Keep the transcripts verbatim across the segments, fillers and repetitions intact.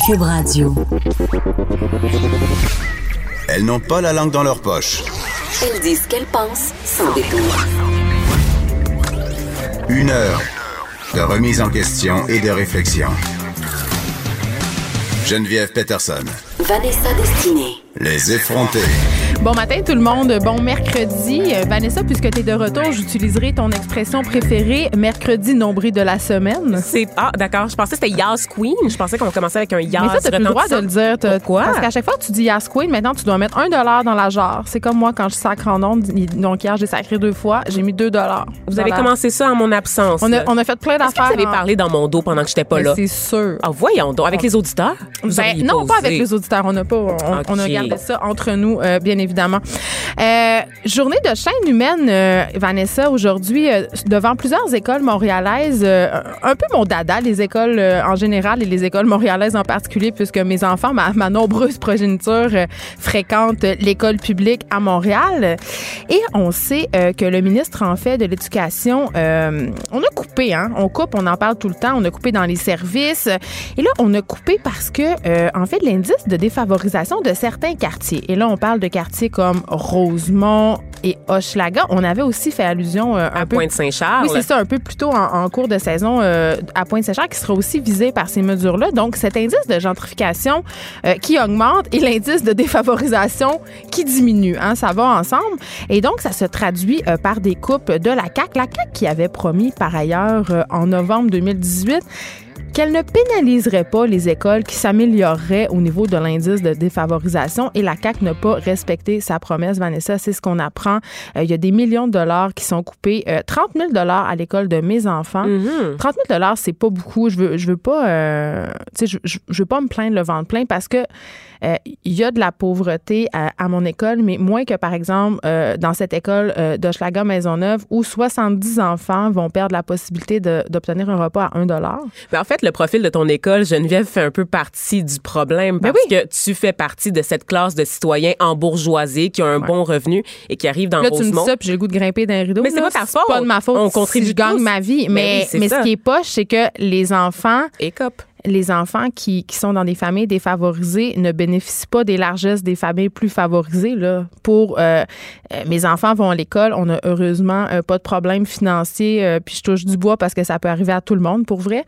Cube Radio. Elles n'ont pas la langue dans leur poche. Elles disent ce qu'elles pensent sans détour. Une heure de remise en question et de réflexion. Geneviève Peterson. Vanessa Destinée. Les effrontés. Bon matin tout le monde, bon mercredi. Euh, Vanessa, puisque tu es de retour, j'utiliserai ton expression préférée, mercredi nombril de la semaine. C'est Ah, d'accord. Je pensais que c'était Yas Queen. Je pensais qu'on commençait avec un Yas. Mais ça, t'as plus le droit de le dire. Pourquoi? Parce qu'à chaque fois que tu dis Yas Queen, maintenant, tu dois mettre un dollar dans la jarre. C'est comme moi quand je sacre en ondes. Donc hier, j'ai sacré deux fois. J'ai mis deux dollars. Vous avez commencé ça en mon absence. On a, on a fait plein d'affaires. Est-ce que vous avez en... parlé dans mon dos pendant que j'étais pas Mais là? c'est sûr. Ah, voyons donc. Avec les auditeurs? Vous Ben, non, posé. pas avec les auditeurs. On n'a pas. On, Okay. on a gardé ça entre nous, euh, bien évidemment. Euh, journée de chaîne humaine, euh, Vanessa, aujourd'hui, euh, devant plusieurs écoles montréalaises. Euh, un peu mon dada, les écoles euh, en général et les écoles montréalaises en particulier, puisque mes enfants, ma, ma nombreuse progéniture, euh, fréquentent l'école publique à Montréal. Et on sait euh, que le ministre, en fait, de l'Éducation, euh, on a coupé, hein? On coupe, on en parle tout le temps. On a coupé dans les services. Et là, on a coupé parce que, euh, en fait, l'indice de défavorisation de certains quartiers. Et là, on parle de quartiers comme Rosemont et Hochelaga. On avait aussi fait allusion euh, un à peu... Pointe-Saint-Charles. Oui, c'est ça, un peu plus tôt en, en cours de saison euh, à Pointe-Saint-Charles qui sera aussi visé par ces mesures-là. Donc, cet indice de gentrification euh, qui augmente et l'indice de défavorisation qui diminue. Hein, ça va ensemble. Et donc, ça se traduit euh, par des coupes de la C A Q. La C A Q qui avait promis, par ailleurs, euh, en novembre deux mille dix-huit, qu'elle ne pénaliserait pas les écoles qui s'amélioreraient au niveau de l'indice de défavorisation, et la C A Q n'a pas respecté sa promesse. Vanessa, c'est ce qu'on apprend. Euh, il y a des millions de dollars qui sont coupés. Euh, trente mille dollars à l'école de mes enfants. Mm-hmm. trente mille dollars, c'est pas beaucoup. Je veux, je veux pas, euh, tu sais, je, je, je veux pas me plaindre le ventre plein parce que euh, il y a de la pauvreté à, à mon école, mais moins que, par exemple, euh, dans cette école euh, d'Hochelaga-Maisonneuve où soixante-dix enfants vont perdre la possibilité de, d'obtenir un repas à un dollar. Mais en fait, le profil de ton école, Geneviève, fait un peu partie du problème parce oui. que tu fais partie de cette classe de citoyens embourgeoisés qui ont un ouais. bon revenu et qui arrivent dans là, Rosemont. Tu me dis ça, puis j'ai le goût de grimper dans les rideaux. Mais c'est là, pas ta faute. C'est pas de ma faute. On contribue si je gagne tous. ma vie. Mais Mais, oui, c'est mais ça. ce qui est poche, c'est que les enfants... Écope. Les enfants qui, qui sont dans des familles défavorisées ne bénéficient pas des largesses des familles plus favorisées. Là. Pour euh, euh, mes enfants vont à l'école, on a heureusement euh, pas de problème financier, euh, puis je touche du bois parce que ça peut arriver à tout le monde pour vrai.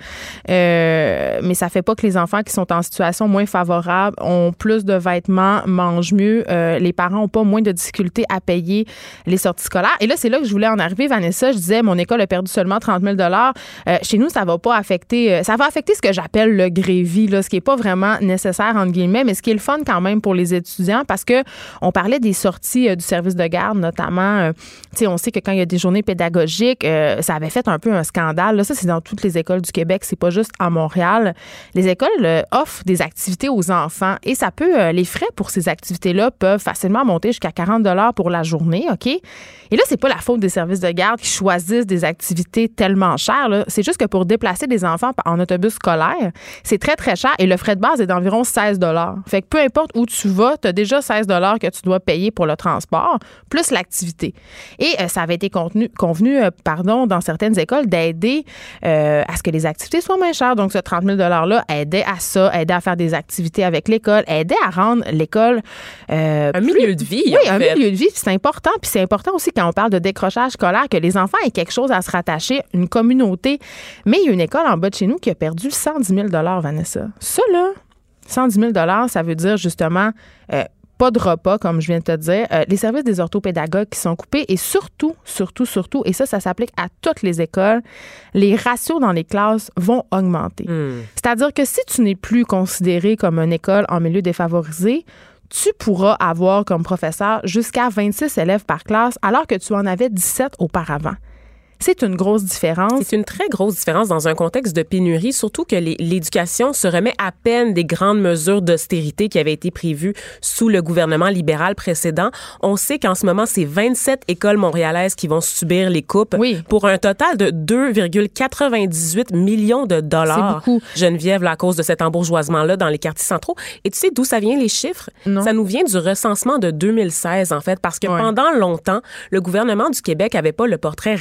Euh, mais ça fait pas que les enfants qui sont en situation moins favorable ont plus de vêtements, mangent mieux. Euh, les parents ont pas moins de difficultés à payer les sorties scolaires. Et là, c'est là que je voulais en arriver, Vanessa. Je disais, mon école a perdu seulement trente mille dollars. Euh, chez nous, ça va pas affecter, euh, ça va affecter ce que j'appelle le grévy, là, ce qui n'est pas vraiment nécessaire, entre guillemets, mais ce qui est le fun quand même pour les étudiants parce que on parlait des sorties euh, du service de garde, notamment, euh, tu sais, on sait que quand il y a des journées pédagogiques, euh, ça avait fait un peu un scandale. Là, ça, c'est dans toutes les écoles du Québec, c'est pas juste à Montréal. Les écoles euh, offrent des activités aux enfants et ça peut, euh, les frais pour ces activités-là peuvent facilement monter jusqu'à quarante dollars pour la journée, OK? Et là, c'est pas la faute des services de garde qui choisissent des activités tellement chères, là. C'est juste que pour déplacer des enfants en autobus scolaire, c'est très, très cher et le frais de base est d'environ seize dollars. Fait que peu importe où tu vas, tu as déjà seize dollars que tu dois payer pour le transport, plus l'activité. Et euh, ça avait été contenu, convenu euh, pardon, dans certaines écoles d'aider euh, à ce que les activités soient moins chères. Donc, ce trente mille dollars-là aidait à ça, aidait à faire des activités avec l'école, aidait à rendre l'école... Euh, un plus, milieu de vie, Oui, en un fait. milieu de vie, c'est important. Puis c'est important aussi quand on parle de décrochage scolaire, que les enfants aient quelque chose à se rattacher, une communauté. Mais il y a une école en bas de chez nous qui a perdu cent dix mille dollars, Vanessa. Ça, là, cent dix mille dollars, ça veut dire justement euh, pas de repas, comme je viens de te dire, euh, les services des orthopédagogues qui sont coupés et surtout, surtout, surtout, et ça, ça s'applique à toutes les écoles, les ratios dans les classes vont augmenter. Mm. C'est-à-dire que si tu n'es plus considéré comme une école en milieu défavorisé, tu pourras avoir comme professeur jusqu'à vingt-six élèves par classe alors que tu en avais dix-sept auparavant. C'est une grosse différence. C'est une très grosse différence dans un contexte de pénurie, surtout que les, l'éducation se remet à peine des grandes mesures d'austérité qui avaient été prévues sous le gouvernement libéral précédent. On sait qu'en ce moment, c'est vingt-sept écoles montréalaises qui vont subir les coupes oui. pour un total de deux virgule quatre-vingt-dix-huit millions de dollars. C'est beaucoup. Geneviève, là, à cause de cet embourgeoisement-là dans les quartiers centraux. Et tu sais d'où ça vient, les chiffres? Non. Ça nous vient du recensement de deux mille seize, en fait, parce que ouais. pendant longtemps, le gouvernement du Québec avait pas le portrait réel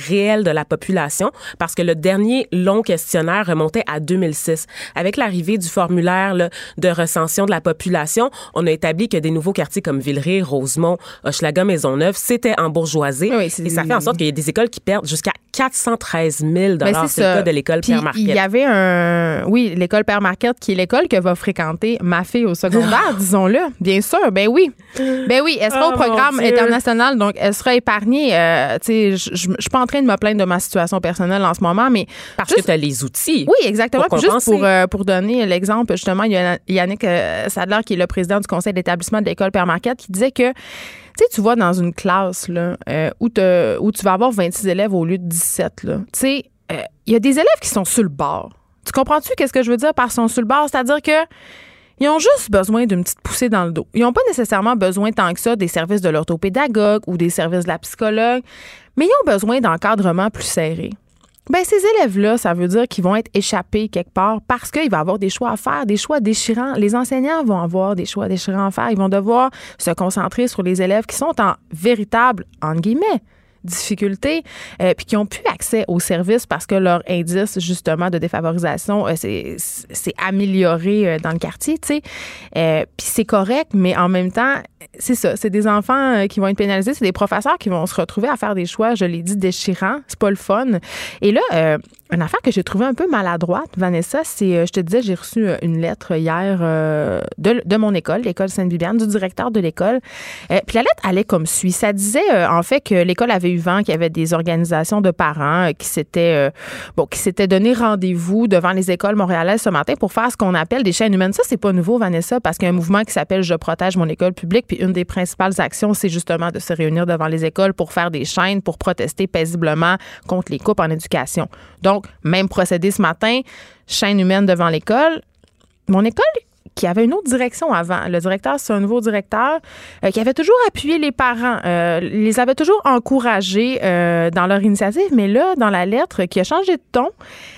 de la population parce que le dernier long questionnaire remontait à deux mille six. Avec l'arrivée du formulaire là, de recension de la population, on a établi que des nouveaux quartiers comme Villeray, Rosemont, Hochelaga, Maisonneuve, c'était embourgeoisé. Oui, et ça fait en sorte qu'il y a des écoles qui perdent jusqu'à quatre cent treize mille dollars. Ben, c'est, c'est le cas de l'école Père Marquette. Il y avait un... Oui, l'école Père Marquette, qui est l'école que va fréquenter ma fille au secondaire, disons-le. Bien sûr, ben oui. Ben oui, elle sera oh, au programme international, donc elle sera épargnée. Euh, tu sais, je suis pas en train de me plaindre de ma situation personnelle en ce moment, mais... Parce juste, que tu as les outils. Oui, exactement. Puis juste pour, euh, pour donner l'exemple, justement, il y a Yannick euh, Sadler, qui est le président du conseil d'établissement de l'école Père Marquette, qui disait que tu sais, tu vois dans une classe là, euh, où, où tu vas avoir vingt-six élèves au lieu de dix-sept, tu sais, il euh, y a des élèves qui sont sur le bord. Tu comprends-tu qu'est-ce que je veux dire par sont sur le bord? C'est-à-dire que ils ont juste besoin d'une petite poussée dans le dos. Ils n'ont pas nécessairement besoin tant que ça des services de l'orthopédagogue ou des services de la psychologue, mais ils ont besoin d'encadrement plus serré. Bien, ces élèves-là, ça veut dire qu'ils vont être échappés quelque part parce qu'il va y avoir des choix à faire, des choix déchirants. Les enseignants vont avoir des choix déchirants à faire. Ils vont devoir se concentrer sur les élèves qui sont en véritable, entre guillemets, difficultés, euh, puis qui ont plus accès aux services parce que leur indice, justement, de défavorisation, euh, c'est, c'est amélioré euh, dans le quartier, tu sais. Euh, puis c'est correct, mais en même temps, c'est ça, c'est des enfants euh, qui vont être pénalisés, c'est des professeurs qui vont se retrouver à faire des choix, je l'ai dit, déchirants. C'est pas le fun. Et là, euh, une affaire que j'ai trouvée un peu maladroite, Vanessa, c'est, euh, je te disais, j'ai reçu une lettre hier euh, de, de mon école, l'école Sainte-Bibiane, du directeur de l'école. Euh, puis la lettre allait comme suit. Ça disait, euh, en fait, que l'école avait eu vent qu'il y avait des organisations de parents euh, qui s'étaient, euh, bon, qui s'étaient donné rendez-vous devant les écoles montréalaises ce matin pour faire ce qu'on appelle des chaînes humaines. Ça, c'est pas nouveau, Vanessa, parce qu'il y a un mouvement qui s'appelle « Je protège mon école publique », puis une des principales actions, c'est justement de se réunir devant les écoles pour faire des chaînes, pour protester paisiblement contre les coupes en éducation. Donc, même procédé ce matin, chaîne humaine devant l'école. Mon école, qui avait une autre direction avant. Le directeur, c'est un nouveau directeur euh, qui avait toujours appuyé les parents, euh, les avait toujours encouragés euh, dans leur initiative, mais là, dans la lettre qui a changé de ton,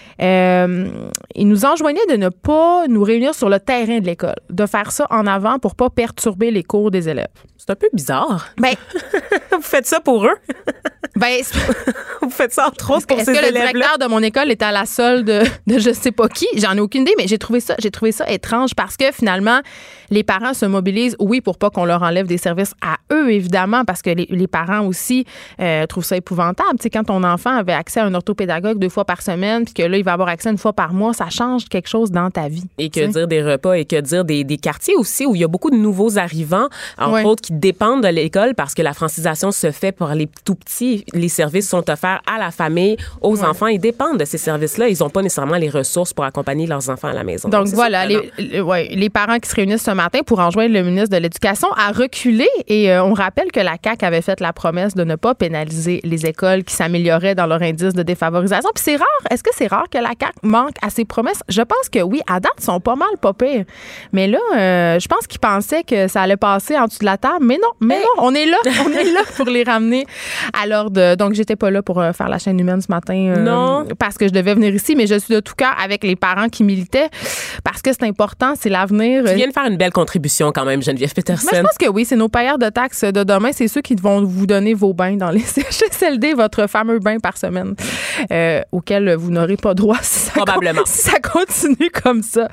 Euh, il nous enjoignait de ne pas nous réunir sur le terrain de l'école, de faire ça en avant pour pas perturber les cours des élèves. C'est un peu bizarre. Ben, vous faites ça pour eux? Ben, vous faites ça entre autres pour est-ce ces que élèves-là? Le directeur de mon école est à la solde de, de je sais pas qui? J'en ai aucune idée, mais j'ai trouvé ça, j'ai trouvé ça étrange parce que finalement, les parents se mobilisent, oui, pour pas qu'on leur enlève des services à eux, évidemment, parce que les, les parents aussi euh, trouvent ça épouvantable. Tu sais, quand ton enfant avait accès à un orthopédagogue deux fois par semaine, puis que là, il va avoir accès une fois par mois, ça change quelque chose dans ta vie. Et que dire des repas et que dire des, des quartiers aussi où il y a beaucoup de nouveaux arrivants, entre ouais. autres, qui dépendent de l'école parce que la francisation se fait pour les tout petits. Les services sont offerts à la famille, aux ouais. enfants. Ils dépendent de ces services-là. Ils n'ont pas nécessairement les ressources pour accompagner leurs enfants à la maison. Donc, Donc voilà, les, les, ouais, les parents qui se réunissent ce matin pour enjoindre le ministre de l'Éducation à reculer. Et euh, on rappelle que la C A Q avait fait la promesse de ne pas pénaliser les écoles qui s'amélioraient dans leur indice de défavorisation. Puis c'est rare. Est-ce que c'est rare que la C A Q manque à ses promesses? Je pense que oui. À date, ils sont pas mal, pas pires. Mais là, euh, je pense qu'ils pensaient que ça allait passer en dessous de la table. Mais non, mais hey. non, on est là. On est là pour les ramener à l'ordre. Donc, j'étais pas là pour euh, faire la chaîne humaine ce matin. Euh, non. Parce que je devais venir ici, mais je suis de tout cœur avec les parents qui militaient parce que c'est important, c'est l'avenir. Tu viens de faire une belle contribution quand même, Geneviève Peterson. Mais je pense que oui, c'est nos payeurs de taxes de demain. C'est ceux qui vont vous donner vos bains dans les C H S L D, votre fameux bain par semaine, euh, auquel vous n'aurez pas droit si ça, Probablement. Con- si ça continue comme ça.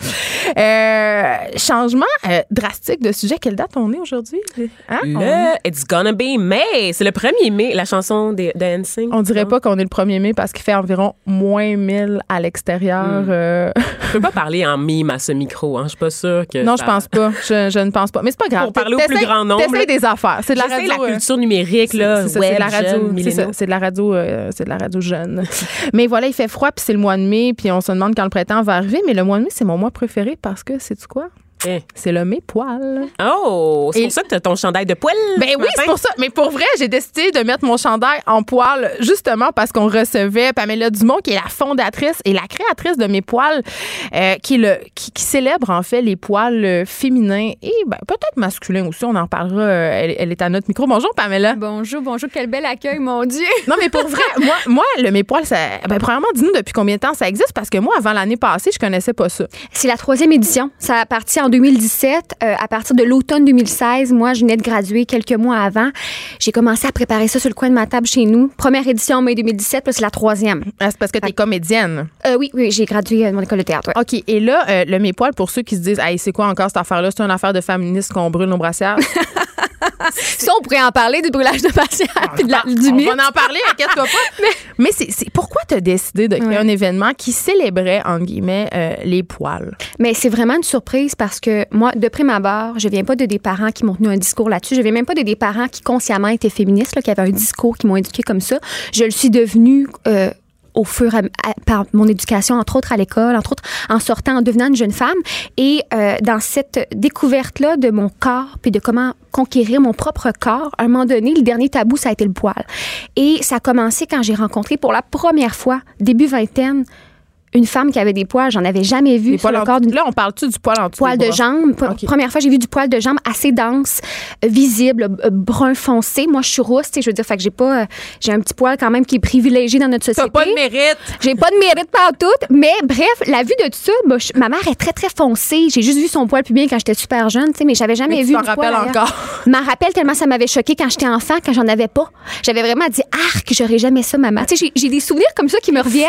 Euh, changement euh, drastique de sujet. Quelle date on est aujourd'hui? Hein? Le on... It's Gonna Be May. C'est le premier mai, la chanson de, de N Sync. On dirait non? pas qu'on est le premier mai parce qu'il fait environ moins mille à l'extérieur. Mm. Euh... Je peux pas parler en mime à ce micro. Hein. Je suis pas sûre que Non, ça... je pense pas. Je, je ne pense pas. Mais c'est pas grave. Pour parler au plus grand nombre. T'essayes des affaires. C'est de la radio. la culture numérique, là. C'est, c'est, web, c'est, de la radio, jeune, c'est, ça, c'est de la radio. Euh, c'est de la radio jeune. Mais voilà, il fait froid puis c'est le mois de mai puis on se demande quand le printemps va arriver. Mais le mois de mai, c'est mon mois préféré parce que, sais-tu quoi? Eh. C'est le mes poils. Oh, c'est Et... pour ça que tu as ton chandail de poil. Ben oui, c'est pour ça. Mais pour vrai, j'ai décidé de mettre mon chandail en poil justement parce qu'on recevait Pamela Dumont, qui est la fondatrice et la créatrice de Mes Poils, euh, qui, le, qui, qui célèbre en fait les poils féminins et ben, peut-être masculins aussi. On en parlera. Euh, elle, elle est à notre micro. Bonjour, Pamela. Bonjour, bonjour. Quel bel accueil, mon Dieu. Non, mais pour vrai, moi, moi le Mes Poils, ça, ben, premièrement, dis-nous depuis combien de temps ça existe parce que moi, avant l'année passée, je connaissais pas ça. C'est la troisième édition. Ça a parti en deux mille dix-sept. Euh, à partir de l'automne deux mille seize, moi, je venais de graduer quelques mois avant. J'ai commencé à préparer ça sur le coin de ma table chez nous. Première édition en mai deux mille dix-sept, puis c'est la troisième. Ah, c'est parce que tu es comédienne. Euh, oui, oui, j'ai gradué à mon école de théâtre. Ouais. OK. Et là, euh, le mes poils, pour ceux qui se disent, hey, c'est quoi encore cette affaire-là? C'est une affaire de féministes qu'on brûle nos brassières. Ça, on pourrait en parler du brûlage de brassières puis de la, du mythe. On va en parler, inquiète-toi pas. mais mais c'est, c'est pourquoi tu as décidé de créer ouais. un événement qui célébrait, entre guillemets, euh, les poils? Mais c'est vraiment une surprise parce que moi, de prime abord, je viens pas de des parents qui m'ont tenu un discours là-dessus. Je viens même pas de des parents qui consciemment étaient féministes, là, qui avaient un discours, qui m'ont éduquée comme ça. Je le suis devenue... Euh, au fur et à, à, par mon éducation, entre autres à l'école, entre autres en sortant, en devenant une jeune femme. Et euh, dans cette découverte-là de mon corps, puis de comment conquérir mon propre corps, à un moment donné, le dernier tabou, ça a été le poil. Et ça a commencé quand j'ai rencontré pour la première fois, début vingtaine, une femme qui avait des poils, j'en avais jamais vu sur le corps d'une... Là, on parle-tu du poil en dessous Poil des de bras? jambe. Okay. Première fois, j'ai vu du poil de jambe assez dense, euh, visible, euh, brun foncé. Moi, je suis rousse, tu sais, je veux dire, fait que j'ai pas... Euh, j'ai un petit poil quand même qui est privilégié dans notre société. T'as pas de mérite! J'ai pas de mérite partout, mais bref, la vue de tout ça, bah, je, ma mère est très, très foncée. J'ai juste vu son poil pubien quand j'étais super jeune, tu sais, mais j'avais jamais mais vu tu t'en du poil rappelles encore? Je m'en rappelle tellement ça m'avait choquée quand j'étais enfant, quand j'en avais pas. J'avais vraiment dit, arc, j'aurais jamais ça, maman. Tu sais, j'ai, j'ai des souvenirs comme ça qui me reviennent.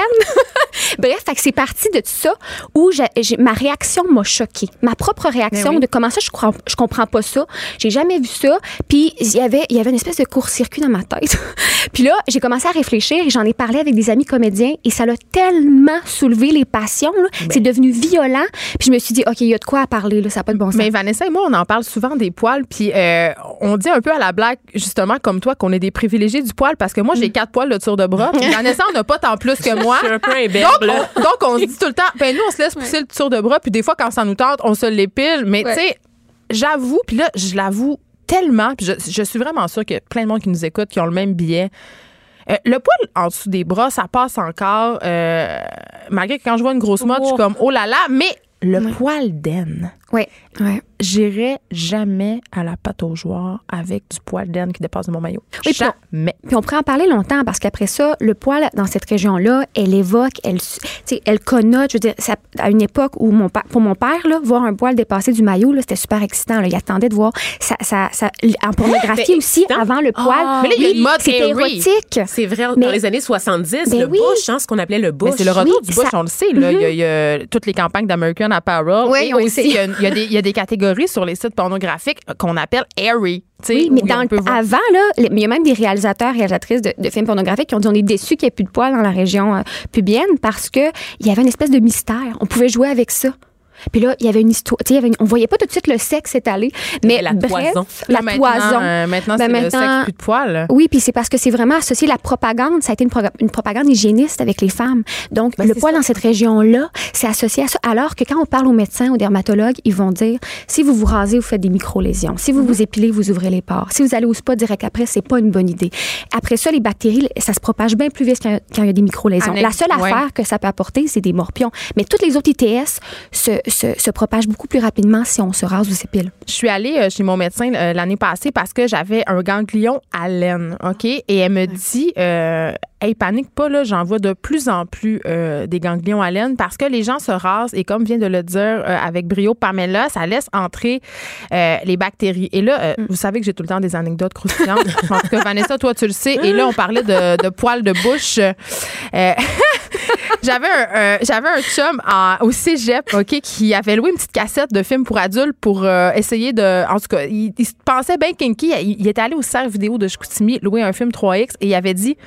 Bref, fait que c'est parti de tout ça où j'ai, j'ai, ma réaction m'a choquée. Ma propre réaction oui. de comment ça, je, crois, je comprends pas ça. J'ai jamais vu ça. Puis il y avait, il y avait une espèce de court-circuit dans ma tête. Puis là, j'ai commencé à réfléchir et j'en ai parlé avec des amis comédiens et ça l'a tellement soulevé les passions. Là. Ben. C'est devenu violent. Puis je me suis dit, OK, il y a de quoi à parler. Là, ça n'a pas de bon sens. Mais Vanessa et moi, on en parle souvent des poils. Puis euh, on dit un peu à la blague, justement, comme toi, qu'on est des privilégiés du poil parce que moi, j'ai quatre poils de tour de bras. Puis Vanessa, on n'a pas tant plus que moi. Je suis un peu imberbe. Donc, on, donc, on se dit tout le temps, ben nous, on se laisse pousser ouais. le tour de bras. Puis des fois, quand ça nous tente, on se l'épile. Mais ouais. tu sais, j'avoue, puis là, je l'avoue tellement. Puis je, je suis vraiment sûre qu'il y a plein de monde qui nous écoute qui ont le même billet. Euh, le poil en dessous des bras, ça passe encore. Euh, malgré que quand je vois une grosse mode, oh. je suis comme, oh là là. Mais le ouais. poil d'aine. Oui, oui. J'irai jamais à la pataugeoire avec du poil d'aine qui dépasse de mon maillot. Oui, jamais. Puis on, puis on pourrait en parler longtemps parce qu'après ça, le poil dans cette région-là, elle évoque, elle, elle connote. Je veux dire, ça, à une époque où mon père, pour mon père, là, voir un poil dépasser du maillot, là, c'était super excitant. Là. Il attendait de voir ça, ça, ça en pornographie hey, aussi excitant. Avant le poil. Oh, mais là, il y a une mode c'était érotique. C'est vrai. Mais, dans les années soixante-dix, ben le oui. bush, hein, ce qu'on appelait le bush. Mais c'est le retour oui, du bush, ça, on le sait. Là. Mm-hmm. Il, y a, il y a toutes les campagnes d'American Apparel. Oui, et oui, aussi, il y, a, il, y a des, il y a des catégories sur les sites pornographiques qu'on appelle airy. Oui, mais dans, avant, là, il y a même des réalisateurs et réalisatrices de, de films pornographiques qui ont dit on est déçus qu'il n'y ait plus de poils dans la région euh, pubienne parce qu'il y avait une espèce de mystère. On pouvait jouer avec ça. Puis là, il y avait une histoire. Tu sais, il y avait une, on voyait pas tout de suite le sexe s'étaler. Mais la bref, toison. La là, toison. Maintenant, euh, maintenant ben c'est maintenant, le sexe plus de poils. Oui, puis c'est parce que c'est vraiment associé la propagande. Ça a été une, pro- une propagande hygiéniste avec les femmes. Donc, ben, le poil ça. Dans cette région-là, c'est associé à ça. Alors que quand on parle aux médecins, aux dermatologues, ils vont dire si vous vous rasez, vous faites des micro-lésions. Si vous mm-hmm. vous épilez, vous ouvrez les pores. Si vous allez au spa direct après, c'est pas une bonne idée. Après ça, les bactéries, ça se propage bien plus vite quand, quand il y a des micro-lésions. Annex, la seule ouais. affaire que ça peut apporter, c'est des morpions. Mais toutes les autres I T S se, se, se propagent beaucoup plus rapidement si on se rase ou s'épile. Je suis allée chez mon médecin euh, l'année passée parce que j'avais un ganglion à laine, OK? Et elle me dit, euh, hey, panique pas, là, j'en vois de plus en plus euh, des ganglions à laine parce que les gens se rasent et comme vient de le dire euh, avec brio Pamela, ça laisse entrer euh, les bactéries. Et là, euh, mm. vous savez que j'ai tout le temps des anecdotes croustillantes. En tout cas, Vanessa, toi, tu le sais. Et là, on parlait de, de poils de bouche. Euh, j'avais, un, euh, j'avais un chum en, au cégep, OK, qui avait loué une petite cassette de films pour adultes pour euh, essayer de... En tout cas, il, il pensait bien kinky. Il, il était allé au cerf vidéo de Chicoutimi louer un film trois X et il avait dit...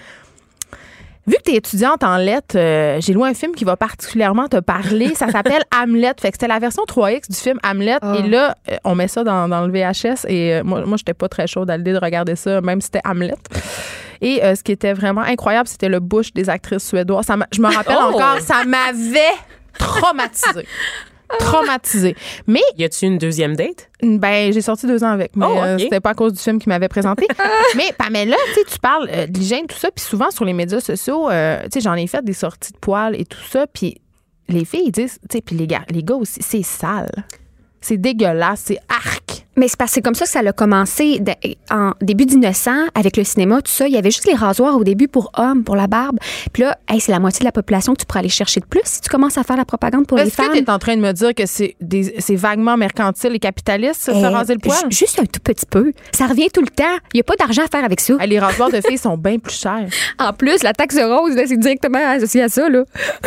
Vu que tu es étudiante en lettres, euh, j'ai loué un film qui va particulièrement te parler. Ça s'appelle Hamlet. Fait que c'était la version trois X du film Hamlet. Oh. Et là, euh, on met ça dans, dans le V H S. Et euh, moi, moi j'étais pas très chaude à l'idée de regarder ça, même si c'était Hamlet. Et euh, ce qui était vraiment incroyable, c'était le bush des actrices suédoises. Ça je me rappelle oh. encore, ça m'avait traumatisée. Traumatisée. Mais. Y a-tu une deuxième date? Ben, j'ai sorti deux ans avec, mais oh, okay. euh, c'était pas à cause du film qui m'avait présenté. Mais Pamela, tu sais, tu parles euh, de l'hygiène, tout ça, puis souvent sur les médias sociaux, euh, tu sais, j'en ai fait des sorties de poils et tout ça, puis les filles, ils disent, tu sais, puis les gars, les gars aussi, c'est sale. C'est dégueulasse, c'est arc. Mais c'est parce que c'est comme ça que ça a commencé de, en début dix-neuf cents avec le cinéma, tout ça. Il y avait juste les rasoirs au début pour hommes, pour la barbe. Puis là, hey, c'est la moitié de la population que tu pourrais aller chercher de plus si tu commences à faire la propagande pour Est-ce les femmes. Est-ce que tu es en train de me dire que c'est, des, c'est vaguement mercantile et capitaliste, se Eh, raser le poil? j- Juste un tout petit peu. Ça revient tout le temps. Il n'y a pas d'argent à faire avec ça. Hey, les rasoirs de filles sont bien plus chers. En plus, la taxe rose, là, c'est directement associé à ça. Là.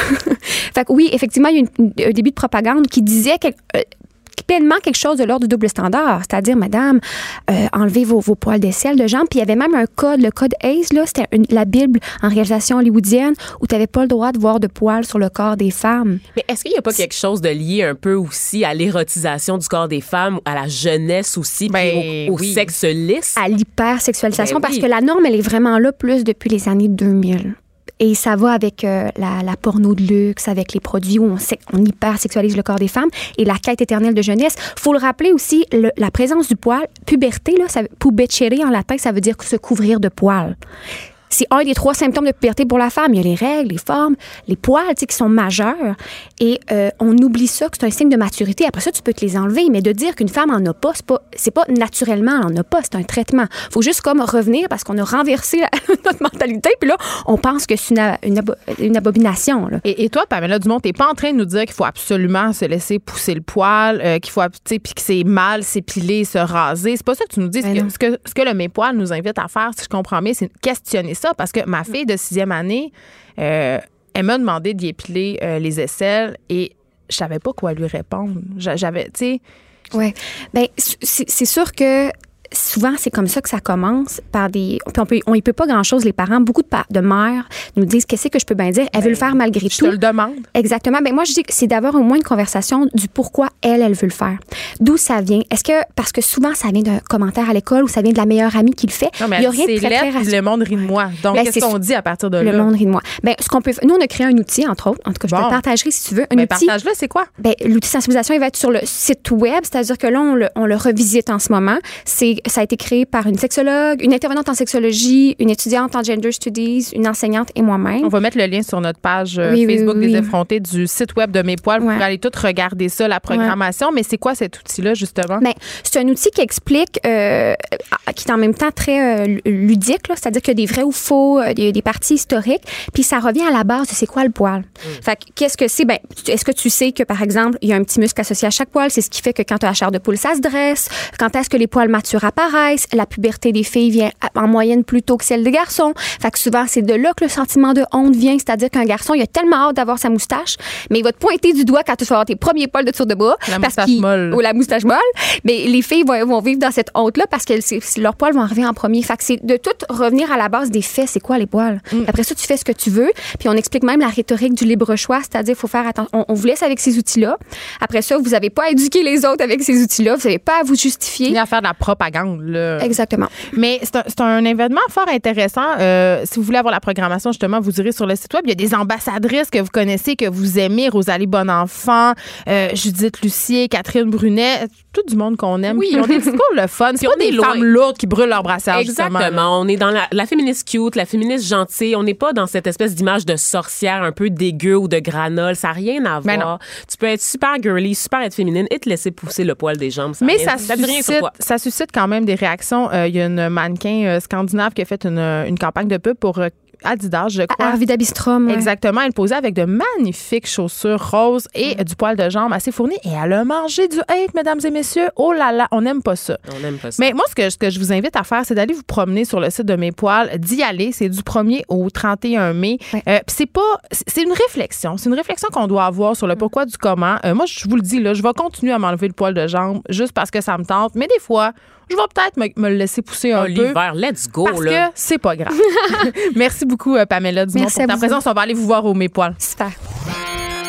Fait que oui, effectivement, il y a une- un début de propagande qui disait que, euh, pleinement quelque chose de l'ordre du double standard. C'est-à-dire, madame, euh, enlevez vos, vos poils d'aisselle de jambes. Puis il y avait même un code, le code Hayes, là, c'était une- la Bible en réalisation hollywoodienne où tu n'avais pas le droit de voir de poils sur le corps des femmes. Mais est-ce qu'il n'y a pas quelque chose de lié un peu aussi à l'érotisation du corps des femmes, à la jeunesse aussi, Ben, puis au, au oui. sexe lisse? À l'hypersexualisation, Ben parce oui. que la norme, elle est vraiment là plus depuis les années deux mille. Et ça va avec euh, la, la porno de luxe, avec les produits où on, sec- on hypersexualise le corps des femmes et la quête éternelle de jeunesse. Faut le rappeler aussi, le- la présence du poil, puberté, là, ça, pubescere en latin, ça veut dire se couvrir de poils. C'est un des trois symptômes de puberté pour la femme. Il y a les règles, les formes, les poils, tu sais, qui sont majeurs. Et euh, on oublie ça, que c'est un signe de maturité. Après ça, tu peux te les enlever. Mais de dire qu'une femme en a pas, c'est pas, c'est pas naturellement, elle en a pas. C'est un traitement. Faut juste comme revenir parce qu'on a renversé la- notre mentalité. Puis là, on pense que c'est une, une, abo- une abomination, là. Et, et toi, Pamela Dumont, t'es pas en train de nous dire qu'il faut absolument se laisser pousser le poil, euh, qu'il faut, tu sais, puis que c'est mal s'épiler, se raser. C'est pas ça que tu nous dis. Ce Ben que, non. ce que, ce que le Mes Poils nous invite à faire, si je comprends bien, c'est questionner ça. Parce que ma fille de sixième année, euh, elle m'a demandé d'y épiler euh, les aisselles et je savais pas quoi lui répondre. J'a- J'avais, tu sais... Oui. Bien, c'est c'est sûr que souvent, c'est comme ça que ça commence par des. Puis on peut, on y peut pas grand-chose. Les parents, beaucoup de, pa- de mères nous disent qu'est-ce que je peux bien dire. Elle veut le faire malgré Je tout. te le demande. Exactement. Ben moi, je dis que c'est d'avoir au moins une conversation du pourquoi elle, elle veut le faire. D'où ça vient. Est-ce que, parce que souvent, ça vient d'un commentaire à l'école ou ça vient de la meilleure amie qui le fait. Non, mais il y a rien de c'est très, très lettre, puis rationnel. le monde rit de moi. Donc, Ben, qu'est-ce c'est qu'on dit à partir de Le là? monde rit de moi. Ben, ce qu'on peut faire, nous, on a créé un outil, entre autres. En tout cas, je Bon. te le partagerai si tu veux. Un Mais outil. partage-le, c'est quoi? Ben, l'outil sensibilisation, il va être sur le site web, c'est-à-dire que là, on le, on le revisite en ce moment. C'est, ça a été créé par une sexologue, une intervenante en sexologie, une étudiante en gender studies, une enseignante et moi-même. On va mettre le lien sur notre page euh, Oui, oui, Facebook oui, des oui. effrontés du site web de Mes Poils. Vous Ouais. pourrez aller tout regarder ça, la programmation. Mais c'est quoi cet outil-là, justement? Ben, c'est un outil qui explique, euh, qui est en même temps très euh, ludique, là, c'est-à-dire qu'il y a des vrais ou faux, euh, il y a des parties historiques, puis ça revient à la base de c'est quoi le poil. Fait que qu'est-ce que c'est? Ben, est-ce que tu sais que, par exemple, il y a un petit muscle associé à chaque poil? C'est ce qui fait que quand tu as la chair de poule, ça se dresse. Quand est-ce que les poils matures apparaissent? La puberté des filles vient en moyenne plus tôt que celle des garçons. Fait que souvent, c'est de là que le sentiment de honte vient, c'est-à-dire qu'un garçon, il a tellement hâte d'avoir sa moustache, mais il va te pointer du doigt quand tu vas avoir tes premiers poils de tour de bras. La parce moustache qu'il- molle. Ou la moustache molle. Mais les filles vont, vont vivre dans cette honte-là parce que c'est- c'est- leurs poils vont arriver en premier. Fait que c'est de tout revenir à la base des faits. C'est quoi les poils? Après ça, tu fais ce que tu veux. Puis on explique même la rhétorique du libre choix, c'est-à-dire il faut faire attention. On, on vous laisse avec ces outils-là. Après ça, vous n'avez pas à éduquer les autres avec ces outils-là. Vous n'avez pas à vous justifier. Il y a à faire de la propagande, là. Exactement. Mais c'est un, c'est un événement fort intéressant. Euh, si vous voulez avoir la programmation, justement, vous irez sur le site web. Il y a des ambassadrices que vous connaissez, que vous aimez, Rosalie Bonenfant, euh, Judith Lucier, Catherine Brunet, tout du monde qu'on aime. Oui. Qui ont des discours le fun. C'est Puis pas on est des loin. femmes lourdes qui brûlent leur brassage, justement. Exactement. On est dans la, la féministe cute, la féministe gentille. On n'est pas dans cette espèce d'image de sorcière un peu dégueu ou de granole. Ça n'a rien à Ben non. voir. Tu peux être super girly, super être féminine et te laisser pousser le poil des jambes. Ça Mais rien- ça dit rien sur suscite, toi. ça suscite quand même des réactions. Euh, Il y a une mannequin euh, scandinave qui a fait une, une campagne de pub pour euh, Adidas, je crois. Arvida Bistrom. ouais. Exactement. Elle posait avec de magnifiques chaussures roses et du poil de jambe assez fourni. Et elle a mangé du hate, mesdames et messieurs. Oh là là, on n'aime pas ça. On n'aime pas ça. Mais moi, ce que, ce que je vous invite à faire, c'est d'aller vous promener sur le site de Mes Poils, d'y aller. C'est du premier au trente et un mai. Ouais. Euh, puis c'est pas, c'est c'est une réflexion. C'est une réflexion qu'on doit avoir sur le pourquoi du comment. Euh, moi, je vous le dis, là, je vais continuer à m'enlever le poil de jambe juste parce que ça me tente. Mais des fois, je vais peut-être me, me le laisser pousser un Ah, peu. l'hiver, let's go, Parce là. que c'est pas grave. Merci beaucoup, euh, Pamela Dumont, Merci pour à ta vous. présence. On va aller vous voir au Mes Poils. Super.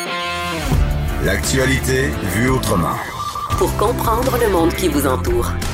L'actualité vue autrement. Pour comprendre le monde qui vous entoure.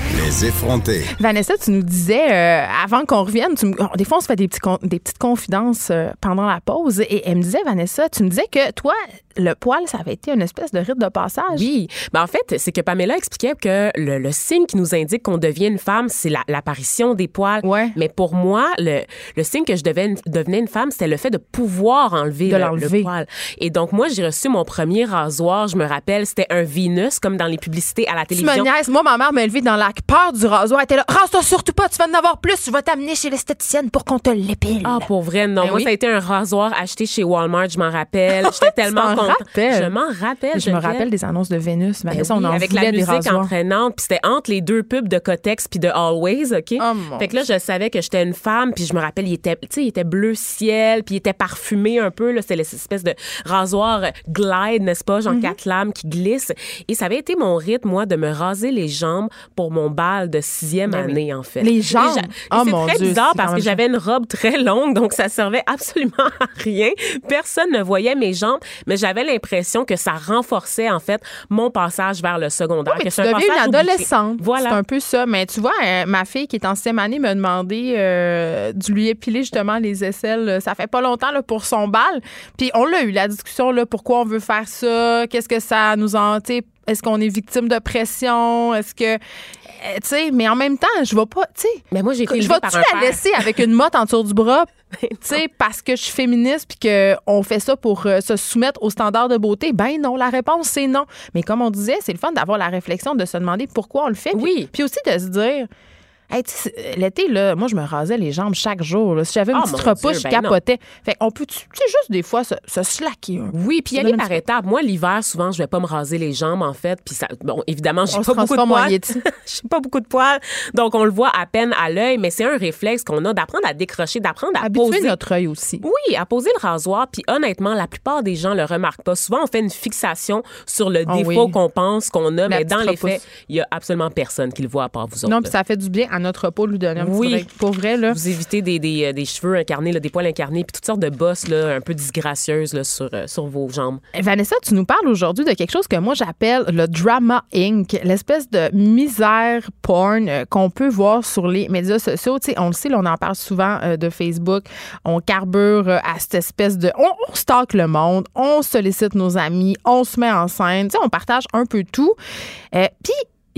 Les effrontés. Vanessa, tu nous disais, euh, avant qu'on revienne, tu me, des fois, on se fait des, petits, des petites confidences euh, pendant la pause. Et elle me disait, Vanessa, tu me disais que toi, le poil, ça avait été une espèce de rite de passage. Oui. Ben, en fait, c'est que Pamela expliquait que le, le signe qui nous indique qu'on devient une femme, c'est la, l'apparition des poils. Ouais. Mais pour moi, le, le signe que je devais, devenais une femme, c'était le fait de pouvoir enlever, de le, l'enlever. le poil. Et donc, moi, j'ai reçu mon premier rasoir, je me rappelle, c'était un Venus, comme dans les publicités à la télévision. Tu me niaises. Moi, ma mère m'a élevée dans la peur du rasoir. Elle était là, rase-toi surtout pas, tu vas en avoir plus, je vais t'amener chez l'esthéticienne pour qu'on te l'épile. Ah, pour vrai, non. Ben moi, oui. ça a été un rasoir acheté chez Walmart, je m'en rappelle. J'étais tellement t'en contente. rappelles? Je m'en rappelle. Je me Geneviève. rappelle des annonces de Vénus. Ben Vanessa, oui, on en avec voulait la des musique rasoirs. entraînante, puis c'était entre les deux pubs de Kotex puis de Always, OK? Oh, mon fait que là, je savais que j'étais une femme, puis je me rappelle, il était, tu sais, il était bleu ciel, puis il était parfumé un peu, là, c'était l'espèce de rasoir glide, n'est-ce pas, genre Mm-hmm. quatre lames qui glissent. Et ça avait été mon rythme, moi, de me raser les jambes pour mon bal de sixième Ben oui. année, en fait. Les jambes? Et j'a- Oh, et c'est mon très Dieu, bizarre c'est parce quand que même j'avais une robe très longue, donc ça servait absolument à rien. Personne ne voyait mes jambes, mais j'avais l'impression que ça renforçait, en fait, mon passage vers le secondaire. Oui, mais que tu c'est un deviens une passage obligé. adolescente. Voilà. C'est un peu ça. Mais tu vois, euh, ma fille qui est en sixième année m'a demandé euh, de lui épiler justement les aisselles. Ça fait pas longtemps là, pour son bal. Puis on l'a eu, la discussion, là, pourquoi on veut faire ça, qu'est-ce que ça nous en... Est-ce qu'on est victime de pression? Est-ce que... euh, tu sais, mais en même temps, je vais pas... Tu sais, Mais moi, j'ai été je élevée par vais-tu un la père. laisser avec une motte en dessous du bras? Tu sais, parce que je suis féministe puis qu'on fait ça pour euh, se soumettre aux standards de beauté? Ben non, la réponse, c'est non. Mais comme on disait, c'est le fun d'avoir la réflexion de se demander pourquoi on le fait. Puis- Oui. Puis aussi de se dire... Hey, tu sais, l'été, là, moi, je me rasais les jambes chaque jour. Là. Si j'avais une Oh, petite mon repousse, Dieu, je ben non. capotais. Fait qu'on peut, tu sais, juste des fois, se, se slacker un peu. Oui, puis y Ça aller donne un par petit- étapes. Moi, l'hiver, souvent, je vais pas me raser les jambes, en fait. Puis ça, bon, évidemment, j'ai On se pas beaucoup de transforme en poils. Yeti. J'ai pas beaucoup de poils. Donc, on le voit à peine à l'œil, mais c'est un réflexe qu'on a d'apprendre à décrocher, d'apprendre à Habituer poser. notre œil aussi. Oui, à poser le rasoir. Puis honnêtement, la plupart des gens le remarquent pas. Souvent, on fait une fixation sur le Oh défaut oui. qu'on pense qu'on a, La mais dans petite les faits, repousse. il y a absolument personne qui le voit à part vous autres. Non, là. puis ça fait du bien à notre peau de lui donner un Oui. petit break. Pour vrai, là. Vous évitez des, des, euh, des cheveux incarnés, là, des poils incarnés, puis toutes sortes de bosses là, un peu disgracieuses là, sur, euh, sur vos jambes. Vanessa, tu nous parles aujourd'hui de quelque chose que moi j'appelle le drama inc, l'espèce de misère porn euh, qu'on peut voir sur les médias sociaux. Tu sais, on le sait, là, on en parle souvent euh, de Facebook. On carbure euh, à cette espèce de... On, on stocke le monde, on sollicite nos amis, on se met en scène. Tu sais, on partage un peu tout. Euh, Puis...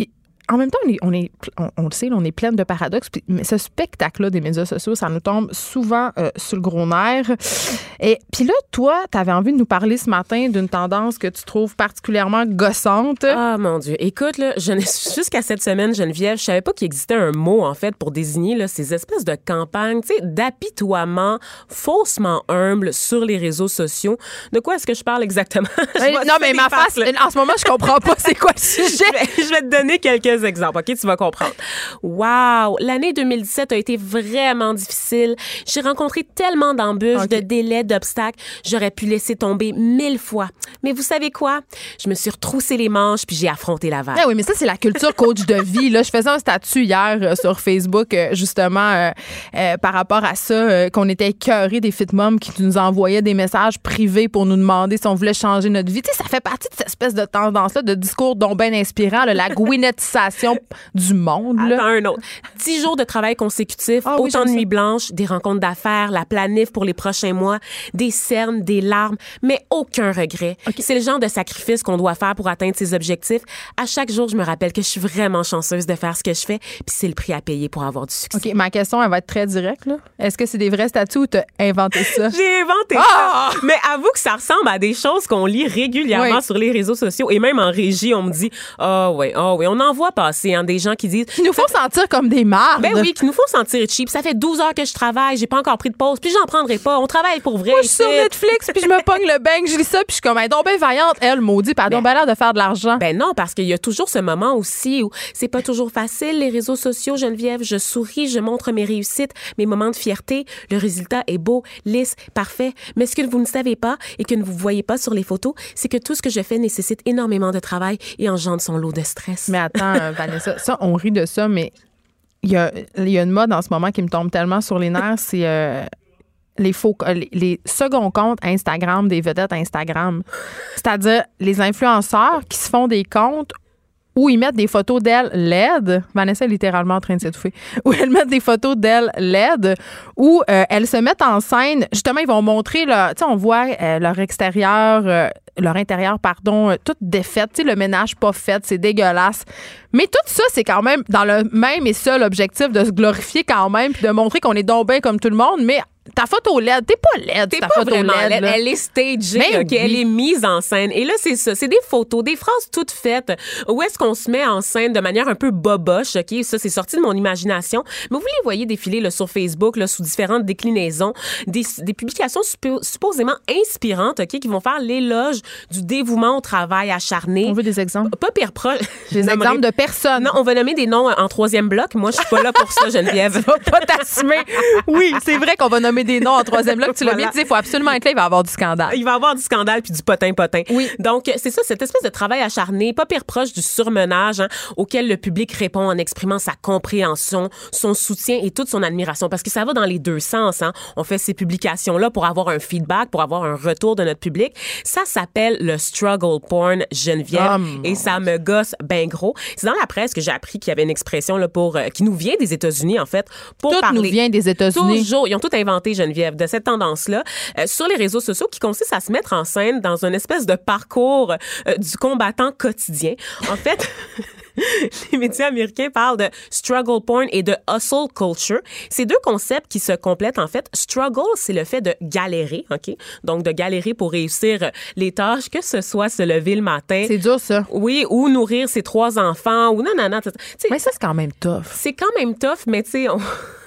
En même temps, on, est, on, est, on, on le sait, là, on est pleine de paradoxes. Puis, mais ce spectacle-là des médias sociaux, ça nous tombe souvent euh, sur le gros nerf. Et puis là, toi, tu avais envie de nous parler ce matin d'une tendance que tu trouves particulièrement gossante. Ah, mon Dieu. Écoute, là, je, jusqu'à cette semaine, Geneviève, je savais pas qu'il existait un mot, en fait, pour désigner là, ces espèces de campagnes, tu sais, d'apitoiement faussement humble sur les réseaux sociaux. De quoi est-ce que je parle exactement? Je Ouais, vais te non, faire mais des ma face, faces, là. en ce moment, je comprends pas c'est quoi le sujet. Je vais, je vais te donner quelques exemples, OK? Tu vas comprendre. Wow! L'année deux mille dix-sept a été vraiment difficile. J'ai rencontré tellement d'embûches, OK. de délais, d'obstacles. J'aurais pu laisser tomber mille fois. Mais vous savez quoi? Je me suis retroussé les manches puis j'ai affronté la vague. Ah oui, mais ça, c'est la culture coach de vie. Là, je faisais un statut hier euh, sur Facebook, euh, justement, euh, euh, par rapport à ça, euh, qu'on était écœurés des fit moms qui nous envoyaient des messages privés pour nous demander si on voulait changer notre vie. Tu sais, ça fait partie de cette espèce de tendance-là, de discours dont bien inspirant, là, la gwynettisation du monde. Là. Attends un autre. Dix jours de travail consécutifs, Ah oui, autant de j'aime ça. nuits blanches, des rencontres d'affaires, la planif pour les prochains mois, des cernes, des larmes, mais aucun regret. C'est le genre de sacrifice qu'on doit faire pour atteindre ses objectifs. À chaque jour, je me rappelle que je suis vraiment chanceuse de faire ce que je fais, puis c'est le prix à payer pour avoir du succès. OK, ma question, elle va être très directe. Là. Est-ce que c'est des vrais statuts ou t'as inventé ça? J'ai inventé Ah! ça. Mais avoue que ça ressemble à des choses qu'on lit régulièrement Oui. sur les réseaux sociaux. Et même en régie, on me dit « Ah oui, ah oui. » On en voit passer hein, des gens qui disent Qui nous font sentir comme des mardes. Ben oui, qui nous font sentir cheap. Ça fait douze heures que je travaille, j'ai pas encore pris de pause, puis j'en prendrai pas. On travaille pour vrai. Moi, je suis sur ici. Netflix, puis je me pogne le bang, je lis ça, puis je suis comme, elle est donc bien vaillante, elle, maudit, pardon, ben l'air de faire de l'argent. Ben non, parce qu'il y a toujours ce moment aussi où c'est pas toujours facile, les réseaux sociaux, Geneviève. Je souris, je montre mes réussites, mes moments de fierté. Le résultat est beau, lisse, parfait. Mais ce que vous ne savez pas et que ne vous voyez pas sur les photos, c'est que tout ce que je fais nécessite énormément de travail et engendre son lot de stress. Mais attends, euh, Vanessa, ça, on rit de ça, mais il y a, il y a une mode en ce moment qui me tombe tellement sur les nerfs, c'est euh, les faux, les, les seconds comptes Instagram des vedettes Instagram. C'est-à-dire les influenceurs qui se font des comptes où ils mettent des photos d'elle laide. Vanessa est littéralement en train de s'étouffer. Où elles mettent des photos d'elle laide, où euh, elles se mettent en scène. Justement, ils vont montrer, là, tu sais, on voit euh, leur extérieur, euh, leur intérieur, pardon, euh, tout défait. Tu sais, le ménage pas fait, c'est dégueulasse. Mais tout ça, c'est quand même dans le même et seul objectif de se glorifier quand même puis de montrer qu'on est donc bien comme tout le monde, mais ta photo laide, t'es pas laide, T'es ta pas photo vraiment laide. laide. Là. Elle est stagée, Ben OK? oui. Elle est mise en scène. Et là, c'est ça. C'est des photos, des phrases toutes faites où est-ce qu'on se met en scène de manière un peu boboche, OK? Ça, c'est sorti de mon imagination. Mais vous les voyez défiler là, sur Facebook là, sous différentes déclinaisons, des, des publications suppo- supposément inspirantes, OK? Qui vont faire l'éloge du dévouement au travail acharné. On veut des exemples. Pas pire proche. Des exemples de personnes. Non, on va nommer des noms en troisième bloc. Moi, je suis pas là pour ça, Geneviève. Tu vas pas t'assumer. Oui, c'est vrai qu'on va nommer des noms en troisième bloc. Tu l'as Voilà. bien dit, il faut absolument être là, il va y avoir du scandale. Il va y avoir du scandale puis du potin-potin. Oui. Donc, c'est ça, cette espèce de travail acharné, pas pire proche du surmenage, hein, auquel le public répond en exprimant sa compréhension, son soutien et toute son admiration. Parce que ça va dans les deux sens. Hein. On fait ces publications-là pour avoir un feedback, pour avoir un retour de notre public. Ça s'appelle le struggle porn, Geneviève. Oh, et ça me gosse ben gros. C'est dans la presse que j'ai appris qu'il y avait une expression là, pour, euh, qui nous vient des États-Unis, en fait, pour Tout parler. nous vient des États-Unis. Toujours. Ils ont tout inventé, Geneviève, de cette tendance-là euh, sur les réseaux sociaux qui consiste à se mettre en scène dans une espèce de parcours euh, du combattant quotidien. En fait... Les médias américains parlent de struggle porn et de hustle culture. C'est deux concepts qui se complètent, en fait. Struggle, c'est le fait de galérer, OK? Donc, de galérer pour réussir les tâches, que ce soit se lever le matin. C'est dur, ça. Oui, ou nourrir ses trois enfants, ou non, non, non. Tu sais, Mais ça, c'est quand même tough. c'est quand même tough, mais tu sais, on...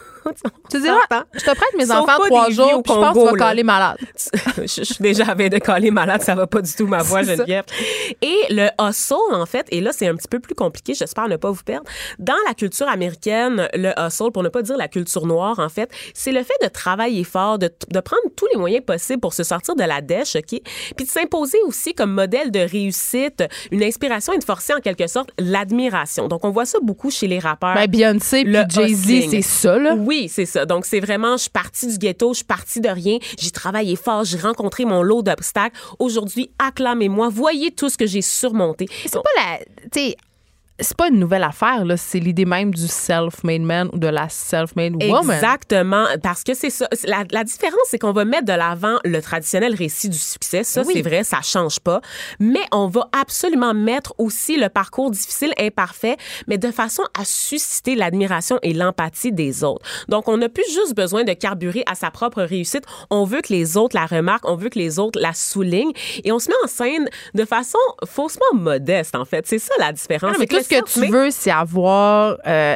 Tu diras, je te prête mes Sauf enfants pas trois des jours, vies au puis je pense que tu Congo, vas là. caler malade. je, je suis déjà à veille de caler malade, ça va pas du tout ma voix, C'est Geneviève. Et le hustle, en fait, et là, c'est un petit peu plus compliqué, j'espère ne pas vous perdre. Dans la culture américaine, le hustle, pour ne pas dire la culture noire, en fait, c'est le fait de travailler fort, de, de prendre tous les moyens possibles pour se sortir de la dèche, OK? Puis de s'imposer aussi comme modèle de réussite, une inspiration et de forcer en quelque sorte l'admiration. Donc, on voit ça beaucoup chez les rappeurs. Ben, Beyoncé puis Le Jay-Z, hustling. c'est ça, là. Oui, c'est ça. Donc, c'est vraiment, je suis partie du ghetto, je suis partie de rien, j'ai travaillé fort, j'ai rencontré mon lot d'obstacles. Aujourd'hui, acclamez-moi, voyez tout ce que j'ai surmonté. C'est pas la. Tu sais, c'est pas une nouvelle affaire, là. C'est l'idée même du self-made man ou de la self-made woman. Exactement, parce que c'est ça. La, la différence, c'est qu'on va mettre de l'avant le traditionnel récit du succès. Ça, Oui. c'est vrai, ça change pas. Mais on va absolument mettre aussi le parcours difficile, imparfait, mais de façon à susciter l'admiration et l'empathie des autres. Donc, on n'a plus juste besoin de carburer à sa propre réussite. On veut que les autres la remarquent, on veut que les autres la soulignent et on se met en scène de façon faussement modeste, en fait. C'est ça la différence. Non, mais C'est tout le ce que tu self-made- veux, c'est avoir euh,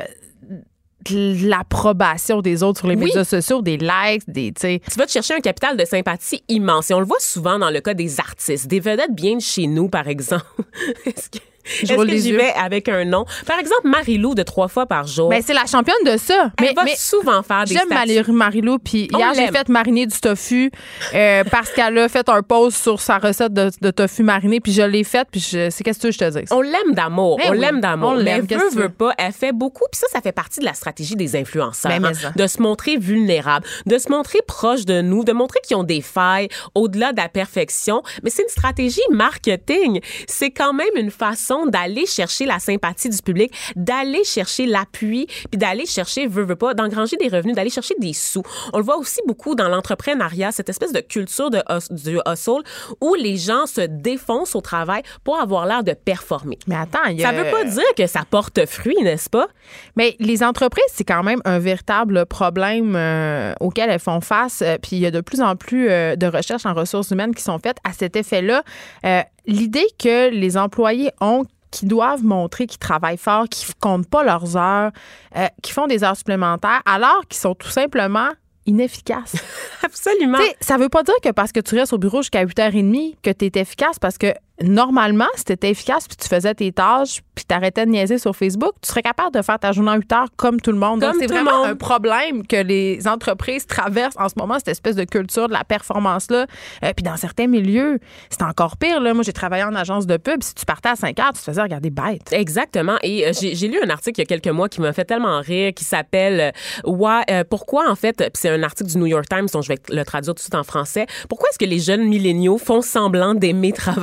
de l'approbation des autres sur les Oui. médias sociaux, des likes, des, tu sais. Tu vas te chercher un capital de sympathie immense. Et on le voit souvent dans le cas des artistes, des vedettes bien de chez nous, par exemple. Est-ce que, Je est-ce roule que les j'y yeux. vais avec un nom? Par exemple, Marie-Lou de trois fois par jour. Ben, c'est la championne de ça. Elle Mais, va mais souvent faire des j'aime statuts. Marie- Marie-Lou. Puis On hier, j'ai l'aime. fait mariner du tofu euh, parce qu'elle a fait un post sur sa recette de, de tofu mariné. Puis je l'ai faite. Puis je- c'est qu'est-ce que tu veux que je te dise? On l'aime d'amour. Ben on oui, l'aime d'amour. on Mais l'aime. Qu'est-ce veut, que tu veux? veut pas, elle fait beaucoup. Puis ça, ça fait partie de la stratégie des influenceurs. Ben, hein, mais ça. de se montrer vulnérable, de se montrer proche de nous, de montrer qu'ils ont des failles au-delà de la perfection. Mais c'est une stratégie marketing. C'est quand même une façon d'aller chercher la sympathie du public, d'aller chercher l'appui, puis d'aller chercher, veut, veut pas, d'engranger des revenus, d'aller chercher des sous. On le voit aussi beaucoup dans l'entrepreneuriat, cette espèce de culture de hus- du hustle où les gens se défoncent au travail pour avoir l'air de performer. Mais attends, il y a... Ça veut pas dire que ça porte fruit, n'est-ce pas? Mais les entreprises, c'est quand même un véritable problème euh, auquel elles font face. Euh, Puis il y a de plus en plus euh, de recherches en ressources humaines qui sont faites à cet effet-là. Euh, L'idée que les employés ont qui doivent montrer qu'ils travaillent fort, qu'ils ne comptent pas leurs heures, euh, qu'ils font des heures supplémentaires, alors qu'ils sont tout simplement inefficaces. Absolument. Tu sais, ça veut pas dire que parce que tu restes au bureau jusqu'à huit heures trente que tu es efficace, parce que normalement, si tu étais efficace puis tu faisais tes tâches puis tu arrêtais de niaiser sur Facebook, tu serais capable de faire ta journée en huit heures comme tout le monde. Comme Donc, c'est tout le vraiment monde. un problème que les entreprises traversent en ce moment, cette espèce de culture de la performance-là. Euh, puis dans certains milieux, c'est encore pire. Là. Moi, j'ai travaillé en agence de pub. Si tu partais à cinq heures, tu te faisais regarder bête. Exactement. Et euh, j'ai, j'ai lu un article il y a quelques mois qui m'a fait tellement rire, qui s'appelle euh, Why- euh, Pourquoi, en fait, puis c'est un article du New York Times dont je vais le traduire tout de suite en français. Pourquoi est-ce que les jeunes milléniaux font semblant d'aimer travailler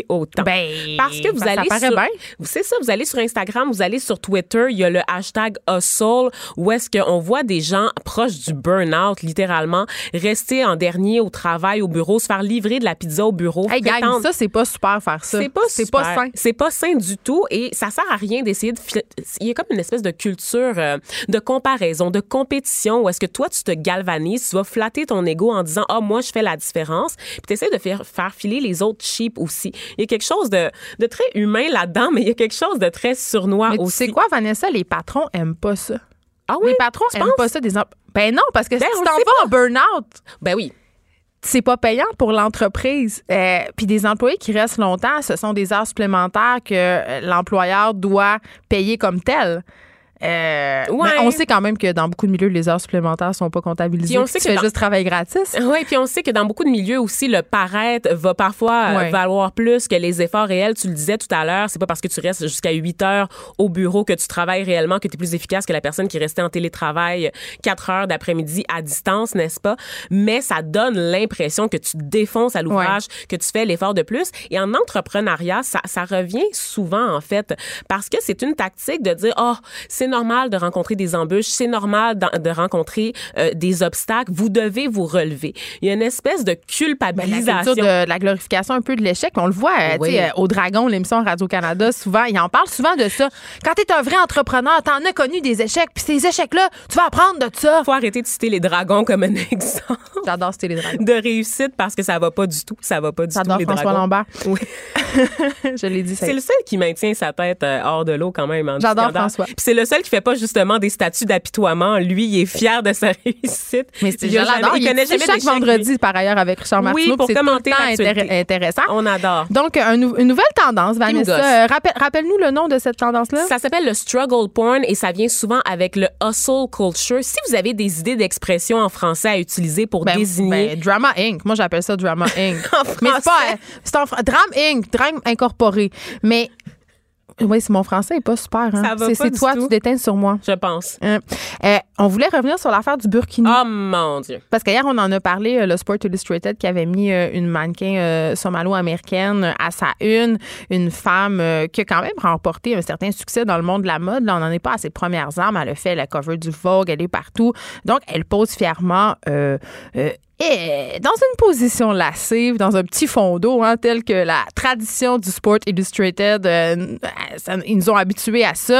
autant. Ben, parce que vous ça, allez ça sur, bien. c'est ça, vous allez sur Instagram, vous allez sur Twitter, il y a le hashtag Hustle où est-ce qu'on voit des gens proches du burn-out, littéralement, rester en dernier au travail, au bureau, se faire livrer de la pizza au bureau. Hey, gang, ça, c'est pas super faire ça. C'est pas c'est super. pas sain. C'est pas sain du tout et ça sert à rien d'essayer de... Il y a comme une espèce de culture euh, de comparaison, de compétition où est-ce que toi, tu te galvanises, tu vas flatter ton ego en disant « Ah, moi, je fais la différence. » Puis tu essaies de faire, faire filer les autres cheap aussi. Il y a quelque chose de, de très humain là-dedans, mais il y a quelque chose de très sournois mais aussi. Tu sais quoi, Vanessa? Les patrons aiment pas ça. Ah oui? Les patrons tu aiment penses? pas ça. Des em- Ben non, parce que Ben, si on tu t'en le sait vas en burn-out... Ben oui. C'est pas payant pour l'entreprise. Euh, Puis des employés qui restent longtemps, ce sont des heures supplémentaires que euh, l'employeur doit payer comme tel. Euh, Ouais. mais on sait quand même que dans beaucoup de milieux, les heures supplémentaires sont pas comptabilisées. Puis on Puis sait tu que fais dans- juste travail gratis. Oui, puis on sait que dans beaucoup de milieux aussi, le paraître va parfois euh, Ouais. valoir plus que les efforts réels. Tu le disais tout à l'heure, c'est pas parce que tu restes jusqu'à huit heures au bureau que tu travailles réellement que tu es plus efficace que la personne qui restait en télétravail quatre heures d'après-midi à distance, n'est-ce pas? Mais ça donne l'impression que tu te défonces à l'ouvrage, que tu fais l'effort de plus. Et en entrepreneuriat, ça, ça revient souvent, en fait, parce que c'est une tactique de dire, oh, c'est normal de rencontrer des embûches, c'est normal de, de rencontrer euh, des obstacles, vous devez vous relever. Il y a une espèce de Ben, la culpabilisation. culture de, de la glorification un peu de l'échec. On le voit euh, Oui. tu sais, euh, au Dragon, l'émission Radio-Canada, souvent, ils en parlent souvent de ça. Quand tu es un vrai entrepreneur, t'en as connu des échecs, puis ces échecs-là, tu vas apprendre de ça. Faut arrêter de citer les dragons comme un exemple J'adore citer les dragons. de réussite parce que ça va pas du tout. Ça va pas du J'adore tout, les François dragons. Lambert. Oui. Je l'ai dit, ça y C'est est. le seul qui maintient sa tête euh, hors de l'eau quand même. En J'adore scandale. François. Puis c'est le seul qui fait pas justement des statuts d'apitoiement. Lui, il est fier de sa réussite. Mais c'est, il, je a jamais- l'adore. il Il connaît est jamais chaque d'échec, vendredi, lui. par ailleurs, avec Richard Oui, Martineau. pour puis c'est commenter tout le temps l'actualité. intér- intéressant. On adore. Donc, un nou- une nouvelle tendance, me gosse. Vanessa. Euh, rappelle, rappelle-nous le nom de cette tendance-là. Ça s'appelle le struggle porn et ça vient souvent avec le hustle culture. Si vous avez des idées d'expression en français à utiliser pour Ben, désigner... ben, Drama Incorporated. Moi, j'appelle ça Drama Incorporated. En Mais c'est pas. français. euh, C'est en fr- Drame Incorporated. Drame Incorporé. Mais. Oui, c'est mon français est pas super. Hein? Ça va c'est pas c'est du toi, tout. tu déteins sur moi. Je pense. Hein. Euh, on voulait revenir sur l'affaire du Burkini. Oh mon Dieu. Parce qu'hier, on en a parlé, euh, le Sport Illustrated qui avait mis euh, une mannequin euh, somalo-américaine à sa une, une femme euh, qui a quand même remporté un certain succès dans le monde de la mode. Là, on n'en est pas à ses premières armes. Elle a fait la cover du Vogue, elle est partout. Donc, elle pose fièrement euh, euh, et dans une position lascive, dans un petit fond d'eau, hein, tel que la tradition du Sport Illustrated, euh, ça, ils nous ont habitués à ça.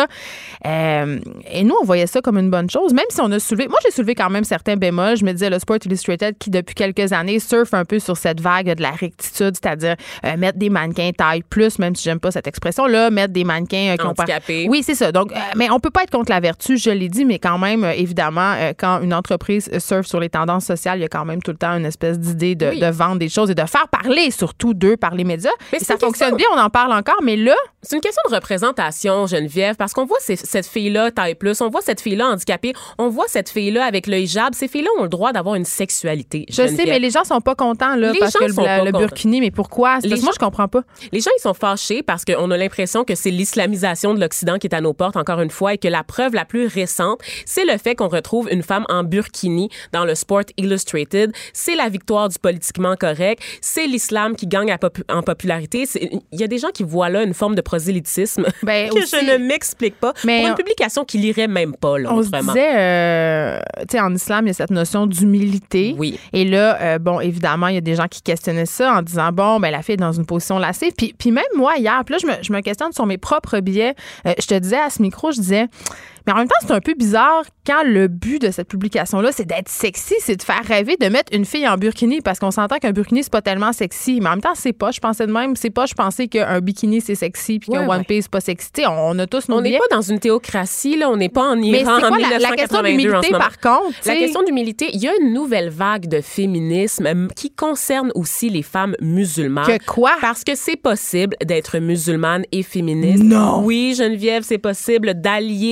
Euh, et nous, on voyait ça comme une bonne chose, même si on a soulevé... Moi, j'ai soulevé quand même certains bémols. Je me disais, le Sport Illustrated, qui depuis quelques années surfe un peu sur cette vague de la rectitude, c'est-à-dire euh, mettre des mannequins taille plus, même si j'aime pas cette expression-là, mettre des mannequins... Euh, qui ont pas- Handicapés. Oui, c'est ça. Donc, euh, mais on peut pas être contre la vertu, je l'ai dit, mais quand même, euh, évidemment, euh, quand une entreprise euh, surfe sur les tendances sociales, il y a quand même tout le temps une espèce d'idée de, Oui. de vendre des choses et de faire parler surtout d'eux par les médias. Mais Et c'est ça une fonctionne question- bien, on en parle encore, mais là, C'est une question de représentation, Geneviève, parce qu'on voit ces- cette fille-là taille plus, on voit cette fille-là handicapée, on voit cette fille-là avec le hijab. Ces filles-là ont le droit d'avoir une sexualité. je sais, Geneviève. mais les gens sont pas contents là, Les parce gens que le, sont la- pas le contents. burkini, mais pourquoi? C'est Les parce que moi, gens- je comprends pas. Les gens, ils sont fâchés parce qu'on a l'impression que c'est l'islamisation de l'Occident qui est à nos portes, encore une fois, et que la preuve la plus récente, c'est le fait qu'on retrouve une femme en burkini dans le Sport Illustrated. C'est la victoire du politiquement correct. C'est l'islam qui gagne à popu- en popularité. C'est- Il y a des gens qui voient là une forme de prosélytisme Ben, que aussi- je ne m'explique pas. Mais pour une on- publication qui lirait même pas, là, On se autrement. disait, euh, tu sais, en islam, il y a cette notion d'humilité. Oui. Et là, euh, bon, évidemment, il y a des gens qui questionnaient ça en disant, bon, ben la fille est dans une position lascive. Puis, puis même moi, hier, puis là, je me, je me questionne sur mes propres biais. Euh, je te disais à ce micro, je disais, mais en même temps, c'est un peu bizarre quand le but de cette publication-là, c'est d'être sexy, c'est de faire rêver de mettre une fille en burkini, parce qu'on s'entend qu'un burkini, c'est pas tellement sexy. Mais en même temps, c'est pas, je pensais de même, c'est pas, je pensais qu'un bikini, c'est sexy, puis Ouais, qu'un One ouais. Piece, c'est pas sexy. Tu sais, on, on a tous nos On n'est biais. pas dans une théocratie, là. On n'est pas en Mais Iran c'est en quoi la, la question mille neuf cent quatre-vingt-deux en d'humilité, ce moment. par contre? La tu sais? question d'humilité, il y a une nouvelle vague de féminisme euh, qui concerne aussi les femmes musulmanes. Que quoi? Parce que c'est possible d'être musulmane et féministe. Non. Oui, Geneviève, c'est possible d'allier Même de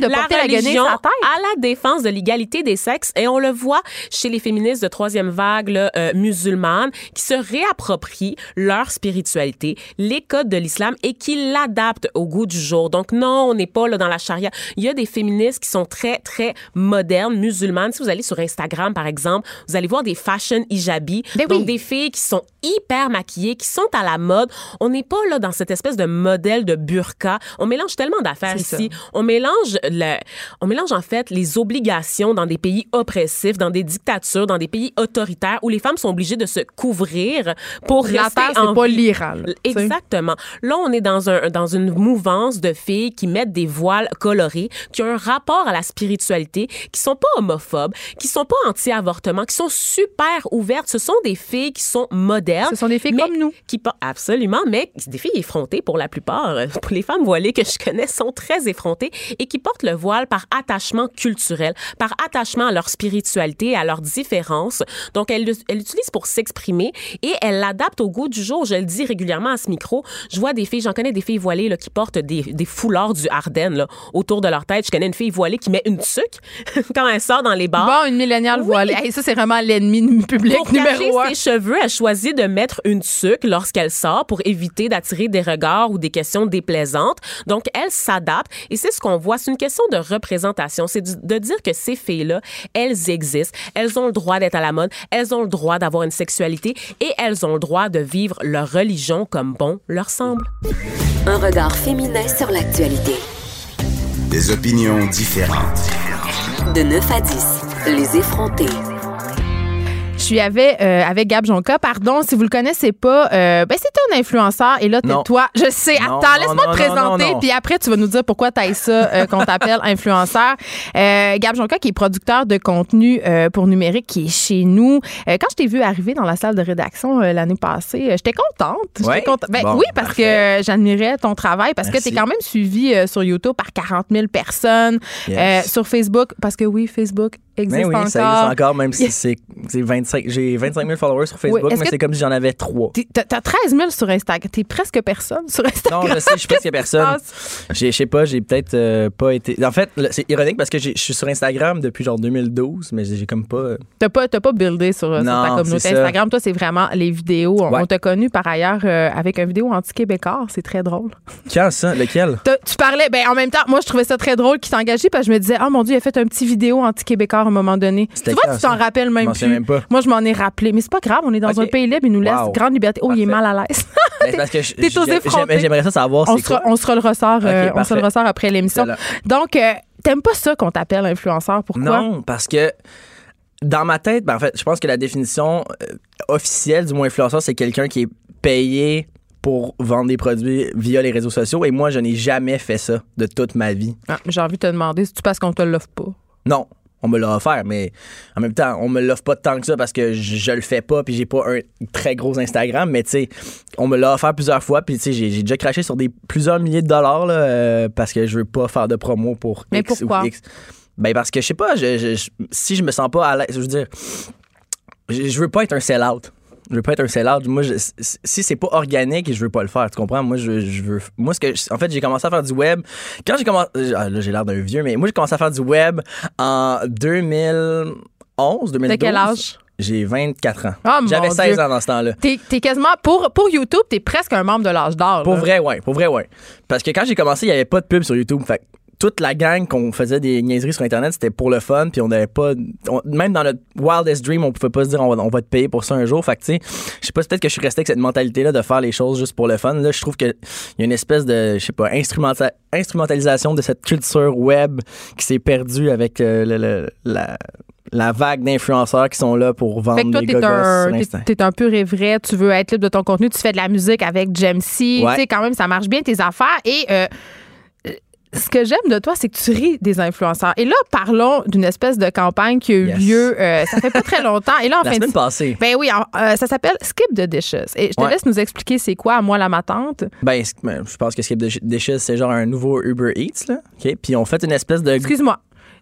de porter la guenille sur la tête. À la défense de l'égalité des sexes. Et on le voit chez les féministes de troisième vague là, euh, musulmanes qui se réapproprient leur spiritualité, les codes de l'islam et qui l'adaptent au goût du jour. Donc non, on n'est pas là dans la charia. Il y a des féministes qui sont très, très modernes, musulmanes. Si vous allez sur Instagram, par exemple, vous allez voir des fashion hijabi. Ben donc oui. des filles qui sont hyper maquillées, qui sont à la mode. On n'est pas là dans cette espèce de modèle de burqa. On mélange tellement d'affaires C'est ici. ça. On mélange le, on mélange en fait les obligations dans des pays oppressifs, dans des dictatures, dans des pays autoritaires où les femmes sont obligées de se couvrir pour La rester terre, c'est en pas vie. l'Iran. là, tu sais. Exactement. Là, on est dans un dans une mouvance de filles qui mettent des voiles colorés, qui ont un rapport à la spiritualité, qui sont pas homophobes, qui sont pas anti-avortement, qui sont super ouvertes. Ce sont des filles qui sont modernes. Ce sont des filles mais comme nous. Qui pas absolument, mais des filles effrontées pour la plupart. Pour les femmes voilées que je connais sont très effrontées et qui portent le voile par attachement culturel, par attachement à leur spiritualité, à leurs différences. Donc, elles elles l'utilisent pour s'exprimer et elles l'adaptent au goût du jour. Je le dis régulièrement à ce micro. Je vois des filles, j'en connais des filles voilées là, qui portent des, des foulards du Ardennes là, autour de leur tête. Je connais une fille voilée qui met une tuque quand elle sort dans les bars. Bon, une milléniale Oui. voilée. Hey, ça, c'est vraiment l'ennemi public Pour cacher numéro un. ses cheveux, elle choisit de mettre une tuque lorsqu'elle sort pour éviter d'attirer des regards ou des questions déplaisantes. Donc, elle s'adapte et c'est ce qu'on voit. C'est une question de représentation. C'est du- de dire que ces filles-là, elles existent. Elles ont le droit d'être à la mode. Elles ont le droit d'avoir une sexualité et elles ont le droit de vivre leur religion comme bon leur semble. Un regard féminin sur l'actualité. Des opinions différentes. De neuf à dix, les effrontés. Je suis avec, euh, avec Gab Jonca. Pardon, si vous le connaissez pas, euh, ben c'est un influenceur. Et là, Non. tais-toi. Je sais. Non, Attends, non, laisse-moi non, te non, présenter. non, non. Puis après, tu vas nous dire pourquoi t'ailles ça euh, qu'on t'appelle influenceur. Euh, Gab Jonca, qui est producteur de contenu euh, pour numérique, qui est chez nous. Euh, quand je t'ai vu arriver dans la salle de rédaction euh, l'année passée, euh, j'étais contente. J'étais Ouais? contente. Ben, Bon, oui, parce parfait. que j'admirais ton travail. Parce Merci. que t'es quand même suivi euh, sur YouTube par quarante mille personnes. Yes. Euh, sur Facebook, parce que oui, Facebook existe Mais oui, encore. ça existe encore, même si c'est c'est vingt-cinq. J'ai vingt-cinq mille followers sur Facebook, Oui, est-ce mais que- c'est comme si j'en avais trois. T'es- T'as t'as treize mille sur Instagram. T'es presque personne sur Instagram. Non, je sais, je suis presque Qu'est-ce qui se personne. passe? J'ai- Je sais pas, j'ai peut-être euh, pas été. En fait, là, c'est ironique parce que j'ai- je suis sur Instagram depuis genre deux mille douze, mais j'ai j'ai comme pas. euh, T'as pas, t'as pas buildé sur, sur Non, ta communauté c'est ça. Instagram. Toi, c'est vraiment les vidéos. On, Ouais. on t'a connu par ailleurs euh, avec une vidéo anti-québécois. C'est très drôle. Quand ça? Lequel? T'as- Tu parlais, ben en même temps, moi, je trouvais ça très drôle qu'il t'engageait parce que je me disais, oh mon Dieu, il a fait un petit vidéo anti-québécois à un moment donné. Tu C'était vois, quand, tu t'en ça? rappelles Je même m'en plus. souviens même pas. Moi, je m'en ai rappelé. Mais c'est pas grave, on est dans Ok. un pays libre, il nous laisse Wow. grande liberté. Oh, il est Parfait. mal à l'aise. Ben, c'est parce que je- T'es aux j'ai- effrontés. j'aimerais- J'aimerais ça savoir on, c'est sera, quoi. on sera le ressort, euh, Ok, on sera le parfait. ressort après l'émission. Excellent. Donc, euh, t'aimes pas ça qu'on t'appelle influenceur? Pourquoi? Non, parce que dans ma tête, ben, en fait, je pense que la définition euh, officielle du mot influenceur, c'est quelqu'un qui est payé pour vendre des produits via les réseaux sociaux. Et moi, je n'ai jamais fait ça de toute ma vie. Ah, j'ai envie de te demander si tu parce qu'on te l'offre pas. Non, on me l'a offert, mais en même temps, on me l'offre pas tant que ça parce que je, je le fais pas puis j'ai pas un très gros Instagram, mais tu sais, on me l'a offert plusieurs fois puis tu sais, j'ai, j'ai déjà craché sur des plusieurs milliers de dollars là, euh, parce que je veux pas faire de promo pour Mais X pourquoi? ou X. Ben parce que je sais pas, je, je- je- si je me sens pas à l'aise, je veux dire, je, je veux pas être un sell-out. Je veux pas être un sell-out. Moi, je- si c'est pas organique, je veux pas le faire. Tu comprends? Moi, je, je veux. Moi, ce que, en fait, j'ai commencé à faire du web. Quand j'ai commencé, ah, là, j'ai l'air d'un vieux, mais moi, j'ai commencé à faire du web en deux mille onze, deux mille douze. T'as quel âge? J'ai vingt-quatre ans. Ah, mon J'avais seize Dieu. ans dans ce temps-là. T'es, t'es quasiment, pour, pour YouTube, t'es presque un membre de l'âge d'or. Pour là. vrai, ouais. Pour vrai, ouais. Parce que quand j'ai commencé, il y avait pas de pub sur YouTube. Fait que toute la gang qu'on faisait des niaiseries sur Internet, c'était pour le fun. Puis on n'avait pas. on- même dans notre wildest dream, on pouvait pas se dire on va, on va te payer pour ça un jour. Fait que, tu sais, je sais pas, peut-être que je suis resté avec cette mentalité-là de faire les choses juste pour le fun. Là, je trouve qu'il y a une espèce de, je sais pas, instrumenta- instrumentalisation de cette culture web qui s'est perdue avec euh, le- le- la. la vague d'influenceurs qui sont là pour vendre Fait que toi, des t'es gogos un, sur t'es, Insta. t'es un pur et vrai, tu veux être libre de ton contenu, tu fais de la musique avec Jamesy, Ouais. tu sais, quand même, ça marche bien tes affaires. Et euh, ce que j'aime de toi, c'est que tu ris des influenceurs. Et là, parlons d'une espèce de campagne qui a eu Yes. lieu, euh, ça fait pas très longtemps. Et là, en La fin de semaine passée. ben oui, en- euh, ça s'appelle Skip the Dishes. Et je te Ouais. laisse nous expliquer c'est quoi, à moi, la ma tante. Ben, c- ben, je pense que Skip the Dishes, c'est genre un nouveau Uber Eats, là. OK? Puis on fait une espèce de. Excuse-moi.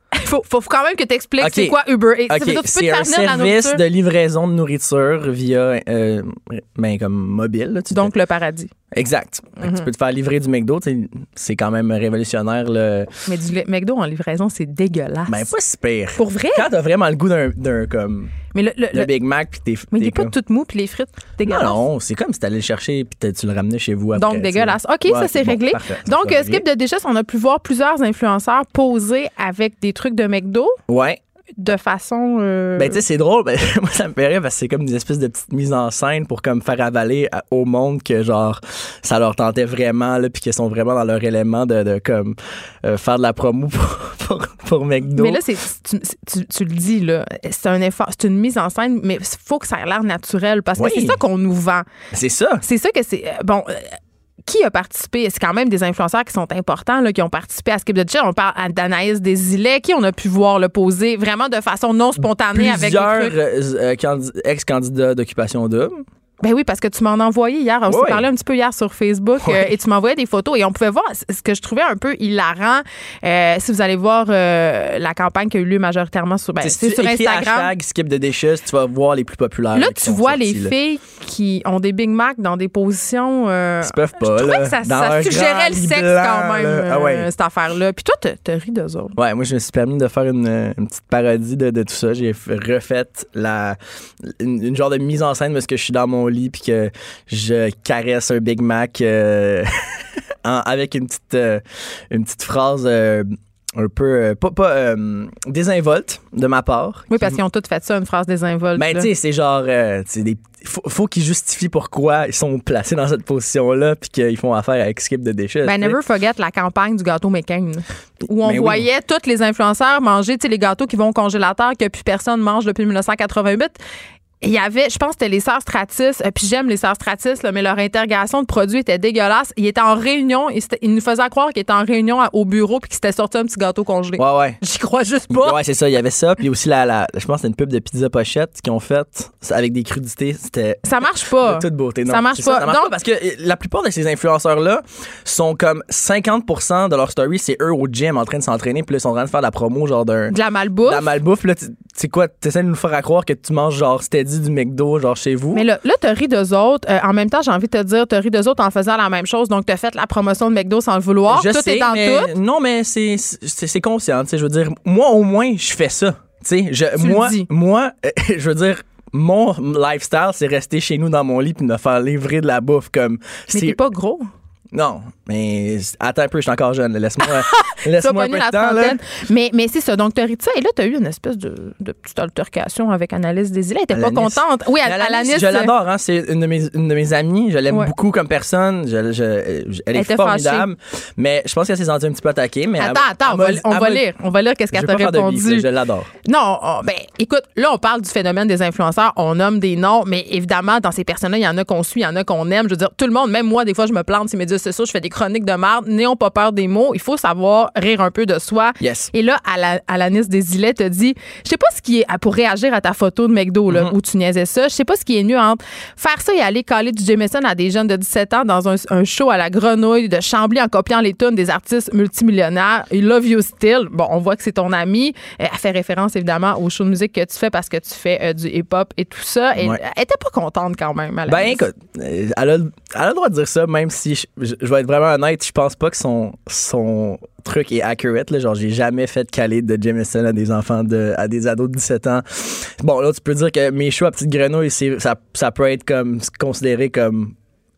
Il faut, faut quand même que tu expliques okay. c'est quoi Uber Eats. Okay. Tu peux c'est te faire un venir service de livraison de nourriture via euh, ben, comme mobile. Là, tu Donc, te... le paradis. Exact. Mm-hmm. Tu peux te faire livrer du McDo. C'est quand même révolutionnaire. Le... Mais du McDo en livraison, c'est dégueulasse. Ben, pas si pire. Pour vrai? Quand t'as vraiment le goût d'un, d'un comme... Mais le, le, le Big Mac puis t'es mais il n'est comme... pas tout mou puis les frites dégueulasses. Non, non, c'est comme si t'allais le chercher puis tu le ramenais chez vous après. Donc dégueulasse. OK, ouais, ça c'est bon, réglé. Parfait, donc euh, skip de déchets, on a pu voir plusieurs influenceurs poser avec des trucs de McDo. Ouais. De façon. Euh... Ben, tu sais, c'est drôle. Ben, moi, ça me fait rire parce que c'est comme des espèces de petites mises en scène pour comme faire avaler à, au monde que, genre, ça leur tentait vraiment, là, puis qu'ils sont vraiment dans leur élément de, de comme, euh, faire de la promo pour, pour, pour McDo. Mais là, c'est, tu, tu, tu le dis, là, c'est un effort, c'est une mise en scène, mais il faut que ça ait l'air naturel parce que oui. c'est ça qu'on nous vend. C'est ça. C'est ça que c'est. Bon. Euh, Qui a participé? C'est quand même des influenceurs qui sont importants, là, qui ont participé à Skip the Déchets. On parle d'Anaïs Desilets, qui on a pu voir le poser vraiment de façon non spontanée Plusieurs avec des trucs. Euh, candi- ex-candidats d'Occupation Double. Ben oui, parce que tu m'en as envoyé hier. On oui. s'est parlé un petit peu hier sur Facebook oui. euh, et tu m'envoyais des photos et on pouvait voir ce que je trouvais un peu hilarant. Euh, si vous allez voir euh, la campagne qui a eu lieu majoritairement sur, ben, c'est si sur tu écris Instagram. Hashtag Skip the Dishes, tu vas voir les plus populaires. Là, là, tu vois les là. filles qui ont des Big Mac dans des positions. Euh, Ils peuvent pas. Je trouvais là, que ça, ça suggérait le sexe blanc, quand même, là. Ah ouais. euh, cette affaire-là. Puis toi, t'as, t'as ri d'eux autres. Ouais, moi, je me suis permis de faire une, une petite parodie de, de tout ça. J'ai refait la, une, une genre de mise en scène parce que je suis dans mon lit puis que je caresse un Big Mac euh, en, avec une petite, euh, une petite phrase euh, un peu, euh, pas, pas euh, désinvolte de ma part. Oui, parce qu'ils ont toutes fait ça, une phrase désinvolte. Ben, tu sais, c'est genre, euh, des faut, faut qu'ils justifient pourquoi ils sont placés dans cette position-là puis qu'ils font affaire avec Skip the Dishes. Ben, never forget la campagne du gâteau McCain, où on ben voyait oui. tous les influenceurs manger, tu sais, les gâteaux qui vont au congélateur que plus personne mange depuis dix-neuf cent quatre-vingt-huit. Il y avait, je pense que c'était les Sœurs Stratis, euh, puis j'aime les Sœurs Stratis, là, mais leur interrogation de produits était dégueulasse. Ils étaient en réunion, ils, ils nous faisaient croire qu'ils étaient en réunion à, au bureau puis qu'ils s'étaient sortis un petit gâteau congelé. Ouais, ouais. J'y crois juste pas. Ouais, c'est ça, il y avait ça. Puis aussi, la, la, je pense que c'était une pub de pizza pochette qu'ils ont faite avec des crudités. C'était. Ça marche pas. De toute beauté. Non, ça marche pas. Ça, ça marche Donc, pas parce que la plupart de ces influenceurs-là sont comme cinquante pour cent de leur story, c'est eux au gym en train de s'entraîner. Puis là, ils sont en train de faire de la promo, genre d'un. De la malbouffe. De la malbouffe. Là, tu sais quoi, t'essaies de nous faire croire que tu manges genre steady du McDo, genre chez vous. Mais là, là t'as ri d'eux autres. Euh, en même temps, j'ai envie de te dire, t'as ri d'eux autres en faisant la même chose. Donc, t'as fait la promotion de McDo sans le vouloir. Je tout sais, est dans mais tout. Non, mais c'est, c'est, c'est conscient. Je veux dire, moi, au moins, je fais ça. Tu sais, Tu moi, le dis. moi euh, je veux dire, mon lifestyle, c'est rester chez nous dans mon lit puis me faire livrer de la bouffe. Comme, Mais c'est... t'es pas gros. Non, mais attends un peu, je suis encore jeune. Là. Laisse-moi, Tu vas laisse-moi un pogner peu la de temps. Là. trentaine. Mais, mais c'est ça. Donc, t'as ri de ça. Et là, t'as eu une espèce de, de petite altercation avec Annalise Desilets. Elle était pas Alanis. contente. Oui, Mais Alanis, Alanis. je l'adore, hein, c'est une de mes, une de mes amies. Je l'aime Ouais. beaucoup comme personne. Je, je, je- elle est Elle était formidable. Mais je pense qu'elle s'est sentie un petit peu attaquée. Mais Attends, elle- attends, on elle va, m'a- on elle va m'a- lire. On va lire qu'est-ce Je qu'elle vais t'a pas faire de répondu. bif, là, je l'adore. Non, oh, ben, écoute, là, on parle du phénomène des influenceurs. On nomme des noms, mais évidemment, dans ces personnes-là, il y en a qu'on suit, il y en a qu'on aime. Je veux dire, tout le monde, même moi, des fois, je me plante sur mes médias sociaux, je fais des chroniques de merde. N'ayons pas peur des mots. Il faut savoir rire un peu de soi. Yes. Et là, Ala- Alanis Desilets te dit, je sais pas ce qui est, pour réagir à ta photo de McDo, là, Mm-hmm. où tu niaisais ça, je sais pas ce qui est mieux entre faire ça et aller caler du Jameson à des jeunes de dix-sept ans dans un, un show à la Grenouille de Chambly en copiant les tunes des artistes multimillionnaires. I love you still. Bon, on voit que c'est ton ami. Elle fait référence, évidemment, au show de musique que tu fais parce que tu fais euh, du hip-hop et tout ça. Et Ouais. elle était pas contente quand même, Alanis. Ben écoute, euh, elle a, elle a le droit de dire ça, même si je, je- je vais être vraiment honnête, je pense pas que son, son truc est accurate. Là. Genre, j'ai jamais fait caler de Jameson à des enfants, de, à des ados de dix-sept ans. Bon, là, tu peux dire que mes shows à Petite Grenouille, c'est, ça, ça peut être comme considéré comme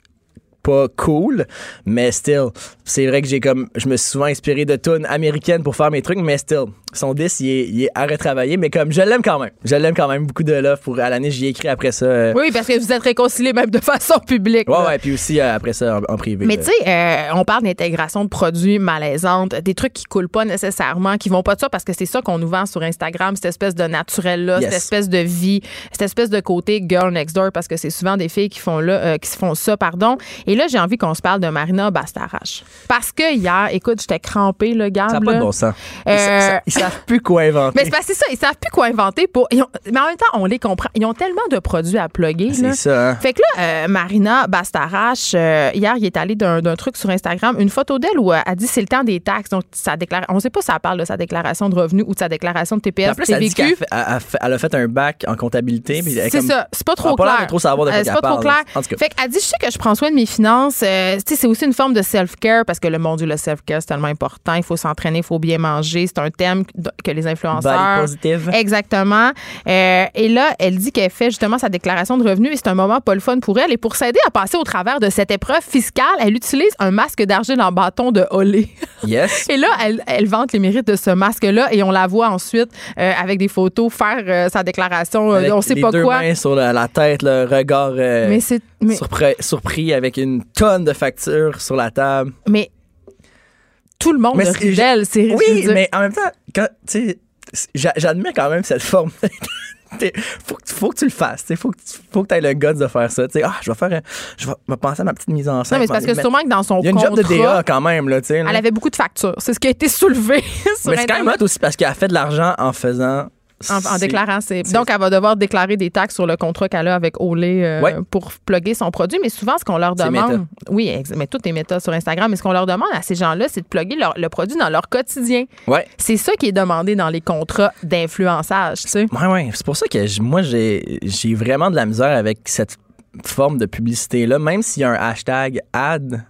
pas cool, mais still, c'est vrai que j'ai comme, je me suis souvent inspiré de tunes américaines pour faire mes trucs, mais still, son disque, il est, il est à retravailler, mais comme, je l'aime quand même. Je l'aime quand même, beaucoup de love pour Alanis, j'y ai écrit après ça. euh, Oui, parce que vous êtes réconciliés même de façon publique. Ouais, là. ouais, puis aussi euh, après ça, en, en privé. Mais là. tu sais, euh, on parle d'intégration de produits malaisantes, des trucs qui coulent pas nécessairement, qui vont pas de ça, parce que c'est ça qu'on nous vend sur Instagram, cette espèce de naturel-là, Yes. cette espèce de vie, cette espèce de côté girl next door, parce que c'est souvent des filles qui font là, euh, qui se font ça, pardon. Et là, j'ai envie qu'on se parle de Marina Bastarache. Parce que hier, écoute, j'étais crampée, le gars. Ça n'a pas de bon sens. Euh, Ça- ça- savent plus quoi inventer. Mais c'est parce que c'est ça, ils savent plus quoi inventer pour. Ils ont, mais en même temps, on les comprend. Ils ont tellement de produits à plugger. C'est là. ça. Hein? Fait que là, euh, Marina Bastarache, euh, hier, il est allé d'un, d'un truc sur Instagram, une photo d'elle où elle dit c'est le temps des taxes. Donc, ça déclare, on ne sait pas si ça parle de sa déclaration de revenus ou de sa déclaration de T P S. En plus, T V Q. elle dit qu'elle a fait, elle a fait, elle a fait un bac en comptabilité. Puis C'est comme, ça, c'est pas trop pas clair. l'air de trop savoir de quoi Euh, c'est qu'elle pas trop parle. clair. En tout cas. Fait qu'elle dit, je sais que je prends soin de mes finances. Euh, tu sais, c'est aussi une forme de self-care parce que le mon Dieu, le self-care, c'est tellement important. Il faut s'entraîner, il faut bien manger. C'est un thème que les influenceurs. Body positive. Exactement. Euh, et là, elle dit qu'elle fait justement sa déclaration de revenus et c'est un moment pas le fun pour elle. Et pour s'aider à passer au travers de cette épreuve fiscale, elle utilise un masque d'argile en bâton de Olé. Yes. Et là, elle, elle vante les mérites de ce masque-là et on la voit ensuite euh, avec des photos faire euh, sa déclaration. Avec Euh, on sait les pas deux quoi. mains sur la, la tête, le regard euh, Mais c'est. Mais, surpris, surpris avec une tonne de factures sur la table. mais tout le monde Mais de c'est- Ridel, c'est. je veux Oui, dire, mais en même temps, quand, tu sais, j'a- j'admets quand même cette forme. T'sais, faut, que, faut que tu le fasses. T'sais, faut que tu faut que aies le guts de faire ça. T'sais, ah, je vais faire, un- je vais me penser à ma petite mise en scène. Non, mais c'est parce que Mais- sûrement que dans son il y a une contrat, job de D A quand même là, t'sais, là. elle avait beaucoup de factures. C'est ce qui a été soulevé sur Mais c'est quand même Internet. hot aussi parce qu'elle a fait de l'argent en faisant. En, en c'est- déclarant ses... c'est- Donc, elle va devoir déclarer des taxes sur le contrat qu'elle a avec Olé euh, Ouais. pour plugger son produit. Mais souvent, ce qu'on leur C'est demande... méta. Oui, ex- mais tout est méta sur Instagram. Mais ce qu'on leur demande à ces gens-là, c'est de plugger leur- le produit dans leur quotidien. Ouais. C'est ça qui est demandé dans les contrats d'influençage, tu sais. Ouais, ouais. C'est pour ça que j- moi, j'ai j'ai vraiment de la misère avec cette forme de publicité-là. Même s'il y a un hashtag ad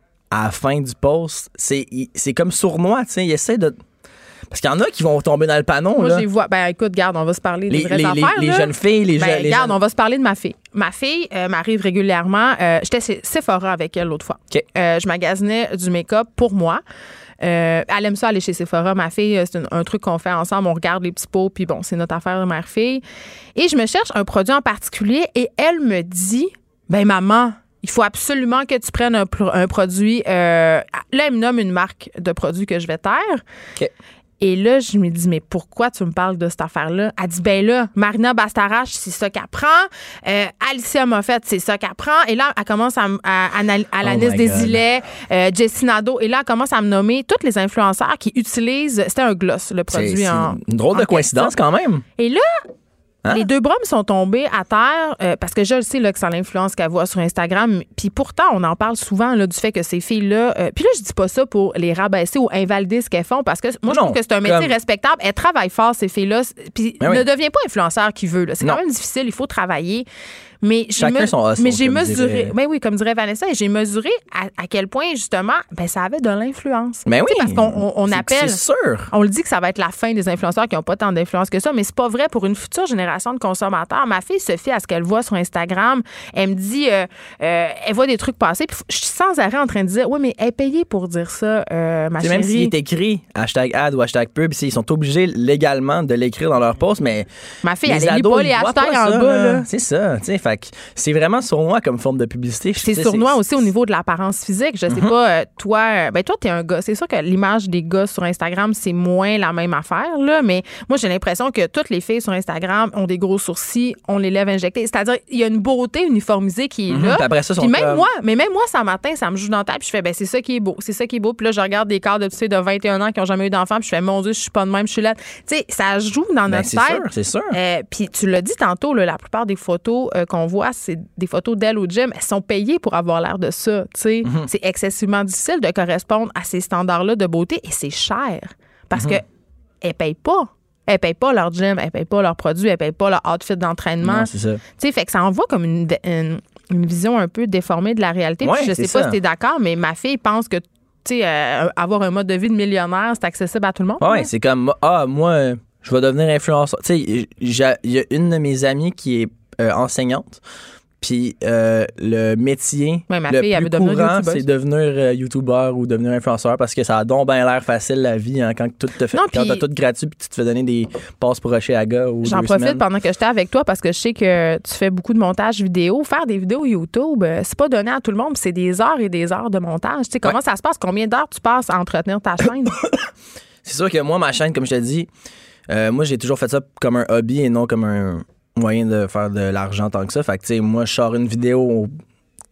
à la fin du post, c'est il- c'est comme sournois, tu sais. Il essaie de. Parce qu'il y en a qui vont tomber dans le panneau, Moi, là. j'ai vois. Ben, écoute, garde, on va se parler des Les, vraies les, les, affaires. les là. jeunes filles, les, Ben, jeunes. les regarde, jeunes- on va se parler de ma fille. Ma fille euh, m'arrive régulièrement. Euh, J'étais chez Sephora avec elle l'autre fois. OK. Euh, je magasinais du make-up pour moi. Euh, elle aime ça aller chez Sephora. Ma fille, c'est un, un truc qu'on fait ensemble. On regarde les petits pots, puis bon, c'est notre affaire de mère-fille. Et je me cherche un produit en particulier et elle me dit, ben maman, il faut absolument que tu prennes un, pro- un produit. Euh, là, elle me nomme une marque de produit que je vais taire. OK. Et là, je me dis, mais pourquoi tu me parles de cette affaire-là? Elle dit, ben là, Marina Bastarache, c'est ça qu'elle prend. Euh, Alicia Moffett, c'est ça qu'elle prend. Et là, elle commence à, m- à, à, anal- à Alanis Oh my Desilets, euh, Jessie Nadeau. Et là, elle commence à me nommer tous les influenceurs qui utilisent. C'était un gloss, le C'est produit c'est en. une drôle de en coïncidence question. quand même. Et là, Hein? les deux bras me sont tombés à terre euh, parce que je le sais là, que c'est l'influence qu'elle voit sur Instagram. Puis pourtant, on en parle souvent là, du fait que ces filles-là. euh, puis là, je dis pas ça pour les rabaisser ou invalider ce qu'elles font parce que moi, je Non, trouve que c'est un métier comme- respectable. Elles travaillent fort, ces filles-là. Puis Ben ne oui. deviens pas influenceur qui veut. là. C'est Non. quand même difficile. Il faut travailler. Mais j'ai Chacun me- son hustle, mais j'ai comme mesuré, dirait- ben oui, comme dirait Vanessa, et j'ai mesuré à, à quel point justement, ben ça avait de l'influence. Ben Tu sais, oui. parce qu'on on, on C'est- appelle. C'est sûr. On le dit que ça va être la fin des influenceurs qui n'ont pas tant d'influence que ça, mais c'est pas vrai pour une future génération de consommateurs. Ma fille se fie à ce qu'elle voit sur Instagram. Elle me dit, euh, euh, elle voit des trucs passer, puis je suis sans arrêt en train de dire, oui, mais elle est payée pour dire ça, euh, ma T'sais, chérie. même s'il est écrit hashtag ad ou hashtag pub, ils sont obligés légalement de l'écrire dans leur post, mais Ma fille, les elle lit ados, pas ils les voient hashtags pas en ça, bas. là. Là. C'est ça, tu sais, fait que c'est vraiment sournois comme forme de publicité. C'est Tu sais, sournois c'est- aussi au niveau de l'apparence physique. Je sais pas, euh, toi, euh, ben toi, t'es un gars. C'est sûr que l'image des gars sur Instagram, c'est moins la même affaire, là, mais moi, j'ai l'impression que toutes les filles sur Instagram ont des gros sourcils, ont les lèvres injectées. C'est-à-dire, il y a une beauté uniformisée qui est Mhm. là. Puis après ça, sont Puis même comme- moi, mais même moi, ça matin, ça me joue dans la tête, puis je fais, ben c'est ça qui est beau, c'est ça qui est beau. Puis là, je regarde des corps de petites filles de vingt et un ans qui ont jamais eu d'enfant, puis je fais, mon Dieu, je suis pas de même, je suis là. Tu sais, ça joue dans Ben, notre c'est tête. sûr, c'est sûr. Euh, puis tu l'as dit tantôt, là, la plupart des photos euh, qu'on voit, c'est des photos d'elle au gym. Elles sont payées pour avoir l'air de ça. tu sais. Mm-hmm. C'est excessivement difficile de correspondre à ces standards-là de beauté et c'est cher parce Mm-hmm. que elles payent pas. Elles payent pas leur gym, elles payent pas leurs produits, elles payent pas leur outfit d'entraînement. Non, c'est ça. Tu sais, fait que ça envoie comme une, une, une vision un peu déformée de la réalité. Puis Ouais, je sais c'est pas ça. si tu es d'accord, mais ma fille pense que tu sais, euh, avoir un mode de vie de millionnaire, c'est accessible à tout le monde. Ouais, là. c'est comme ah moi euh, je vais devenir influenceur. Tu sais, j'ai- il y a une de mes amies qui est euh, enseignante. Puis euh, le métier Ouais, ma le fille, elle veut plus devenir courant, youtubeuse. c'est devenir euh, youtubeur ou devenir influenceur parce que ça a donc bien l'air facile la vie hein, quand tout te fait Non, quand puis- t'as tout gratuit puis tu te fais donner des passes pour rocher à gars ou J'en deux profite semaines. pendant que j'étais avec toi parce que je sais que tu fais beaucoup de montage vidéo. Faire des vidéos YouTube, euh, c'est pas donné à tout le monde. puis C'est des heures et des heures de montage. Tu sais, comment Ouais. ça se passe? Combien d'heures tu passes à entretenir ta chaîne? C'est sûr que moi ma chaîne comme je te dis, euh, moi j'ai toujours fait ça comme un hobby et non comme un moyen de faire de l'argent tant que ça. Fait que tu sais moi je sors une vidéo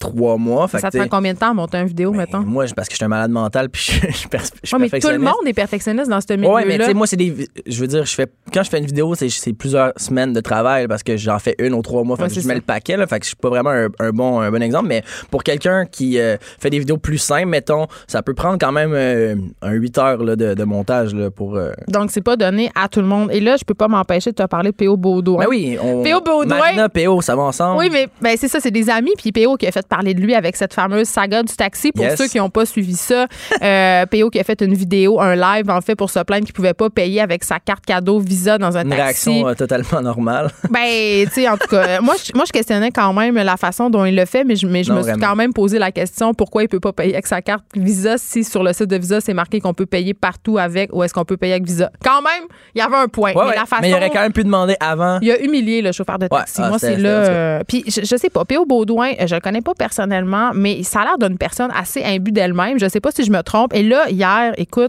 trois mois. Fait ça te que, prend combien de temps à monter une vidéo, ben, mettons? Moi, parce que je suis un malade mental puis je, je, je, je suis Ouais, mais tout le perfectionniste. monde est perfectionniste dans ce milieu-là. Ouais, mais tu sais, moi, c'est des. Je veux dire, je fais quand je fais une vidéo, c'est, c'est plusieurs semaines de travail parce que j'en fais une ou trois mois. Fait Ouais, que c'est je mets ça. le paquet, là. Fait que je suis pas vraiment un, un bon, un bon exemple. Mais pour quelqu'un qui euh, fait des vidéos plus simples, mettons, ça peut prendre quand même euh, un huit heures là, de, de montage là, pour. Euh... Donc, c'est pas donné à tout le monde. Et là, je peux pas m'empêcher de te parler de P O Baudouin. Ben oui, on. P O Baudouin. Marina, P O, ça va ensemble. Oui, mais ben, c'est ça, c'est des amis. Puis P O qui a fait parler de lui avec cette fameuse saga du taxi. Pour Yes. ceux qui n'ont pas suivi ça, euh, P O qui a fait une vidéo, un live, en fait, pour se plaindre qu'il pouvait pas payer avec sa carte cadeau Visa dans un Une taxi. réaction euh, totalement normale. Ben, tu sais, en tout cas, moi je, moi, je questionnais quand même la façon dont il le fait, mais je, mais je Non, me suis vraiment. quand même posé la question pourquoi il peut pas payer avec sa carte Visa si sur le site de Visa, c'est marqué qu'on peut payer partout avec ou est-ce qu'on peut payer avec Visa. Quand même, il y avait un point. Ouais, mais ouais. la façon. mais il aurait quand même pu demander avant. Il a humilié le chauffeur de taxi. Ouais, ah, Moi, c'était- c'est c'était- là. c'était- euh, Puis, je, je sais pas, P O Baudouin, euh, je le connais pas personnellement, mais ça a l'air d'une personne assez imbue d'elle-même. Je sais pas si je me trompe. Et là, hier, écoute,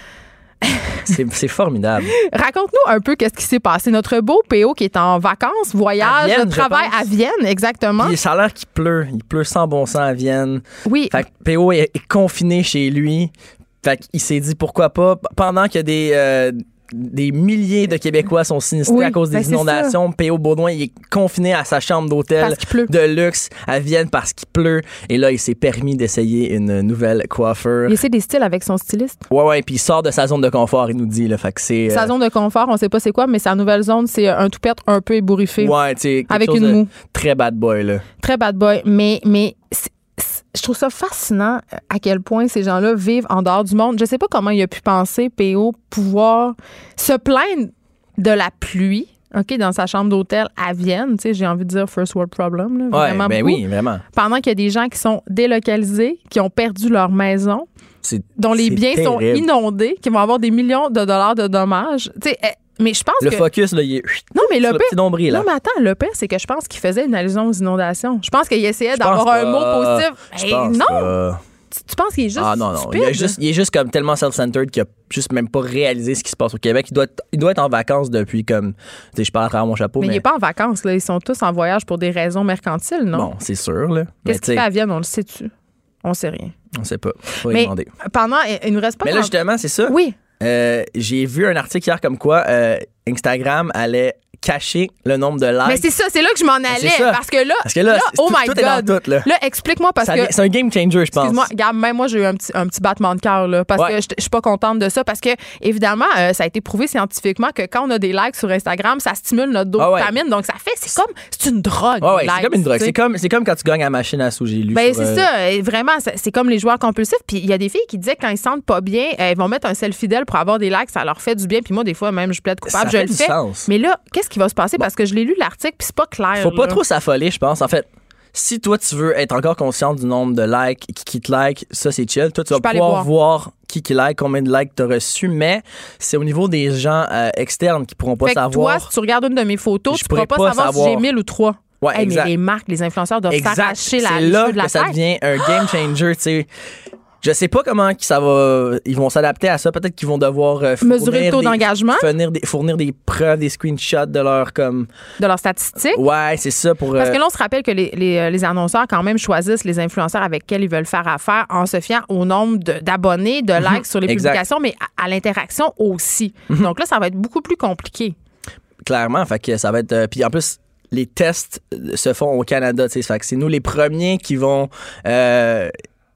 C'est, c'est formidable. raconte-nous un peu qu'est-ce qui s'est passé. Notre beau P O qui est en vacances, voyage, À Vienne, je travail pense. à Vienne, exactement. Puis ça a l'air qu'il pleut. Il pleut sans bon sens à Vienne. Oui. Fait que P O est, est confiné chez lui. Fait qu'il s'est dit pourquoi pas, p- pendant que des, euh, des milliers de Québécois sont sinistrés Oui, à cause ben des c'est inondations, P O Baudouin, il est confiné à sa chambre d'hôtel Parce qu'il pleut. de luxe à Vienne parce qu'il pleut. Et là, il s'est permis d'essayer une nouvelle coiffure. Il essaie des styles avec son styliste. Ouais, ouais, puis il sort de sa zone de confort, il nous dit. Là, fait que c'est. Sa euh, zone de confort, on sait pas c'est quoi, mais sa nouvelle zone, c'est un toupette un peu ébouriffé. Ouais, tu sais. quelque Avec chose une de moue. Très bad boy, là. Très bad boy. Mais, mais c'est- c'est- je trouve ça fascinant à quel point ces gens-là vivent en dehors du monde. Je sais pas comment il a pu penser, P O, pouvoir se plaindre de la pluie, OK, dans sa chambre d'hôtel à Vienne. Tu sais, j'ai envie de dire first world problem, là, Ouais, vraiment ben beaucoup. oui, vraiment. Pendant qu'il y a des gens qui sont délocalisés, qui ont perdu leur maison, C'est, dont les c'est biens sont terrible. inondés, qui vont avoir des millions de dollars de dommages. Tu sais, eh, mais je pense Le que... focus, là, il est. Non, mais le sur le pire... petit nombril, là. Non, mais attends, le pire, c'est que je pense qu'il faisait une allusion aux inondations. Je pense qu'il essayait Je pense d'avoir un pas. mot positif. Je Hey, pense non! pas. Tu, tu penses qu'il est juste Ah non, non. stupide? Il, a juste, il est juste comme tellement self-centered qu'il a juste même pas réalisé ce qui se passe au Québec. Il doit être, il doit être en vacances depuis comme. Tu sais, je parle à travers mon chapeau, mais, mais. il n'est pas en vacances, là. Ils sont tous en voyage pour des raisons mercantiles, non? Bon, c'est sûr, là. Mais Qu'est-ce tu sais, qu'il fait à Vienne? On le sait-tu? On sait rien. on sait pas. Faut lui Mais demander. pendant... Il nous reste pas... Mais là, grand- justement, c'est ça. Oui. Euh, j'ai vu un article hier comme quoi euh, Instagram allait cacher le nombre de likes. Mais c'est ça, c'est là que je m'en allais. c'est ça. Parce que là, Parce que là, c'est- oh tout- my tout est dans God. tout, là. explique-moi parce Ça que... vient- c'est un game changer, je pense. Excuse-moi, regarde, même moi, j'ai eu un petit, un petit battement de cœur, là, parce Ouais. que je je suis pas contente de ça. Parce que, évidemment, euh, ça a été prouvé scientifiquement que quand on a des likes sur Instagram, ça stimule notre dopamine. Ah ouais. Donc, ça fait, c'est comme, c'est une drogue. Ouais, ouais, les c'est likes, comme une drogue. tu sais. C'est comme, c'est comme quand tu gagnes à la machine à sous, j'ai lu. Ben, sur, c'est euh, ça. Et vraiment, c'est c'est comme les joueurs compulsifs. Puis il y a des filles qui disaient que quand ils se sentent pas bien, euh, ils vont mettre un selfie d'elles pour avoir des likes. Ça leur fait du bien. Puis moi, des fois, même, je plaide coupable, Ça je fait le du fais. sens. Mais là, qu'est-ce qui va se passer? Parce que je l'ai lu l'article, puis c'est pas clair. Faut pas là. trop s'affoler, je pense. En fait, si toi, tu veux être encore conscient du nombre de likes, qui, qui te like, ça, c'est chill. Toi, tu vas peux aller pouvoir voir qui qui like, combien de likes t'as reçu, mais c'est au niveau des gens euh, externes qui pourront pas Fait que savoir. toi, si tu regardes une de mes photos, Je tu pourras pourrais pas pas savoir, savoir. si j'ai mille ou trois. Ouais, Hey, mais exact. les marques, les influenceurs doivent Exact. s'arracher la C'est les là cheveux de la que ça tête. devient un game changer, tu sais. Je sais pas comment que ça va. Ils vont s'adapter à ça. Peut-être qu'ils vont devoir euh, fournir Mesurer le taux des- d'engagement. Fournir des, fournir des preuves, des screenshots de leur comme. De leurs statistiques. Ouais, c'est ça pour. Parce euh, que là, on se rappelle que les, les, les annonceurs, quand même, choisissent les influenceurs avec lesquels ils veulent faire affaire en se fiant au nombre de- d'abonnés, de likes sur les Exact. publications, mais à, à l'interaction aussi. Donc là, ça va être beaucoup plus compliqué. Clairement, fait que ça va être. euh, Puis en plus, les tests euh, se font au Canada, tu sais. Fait que c'est nous les premiers qui vont euh,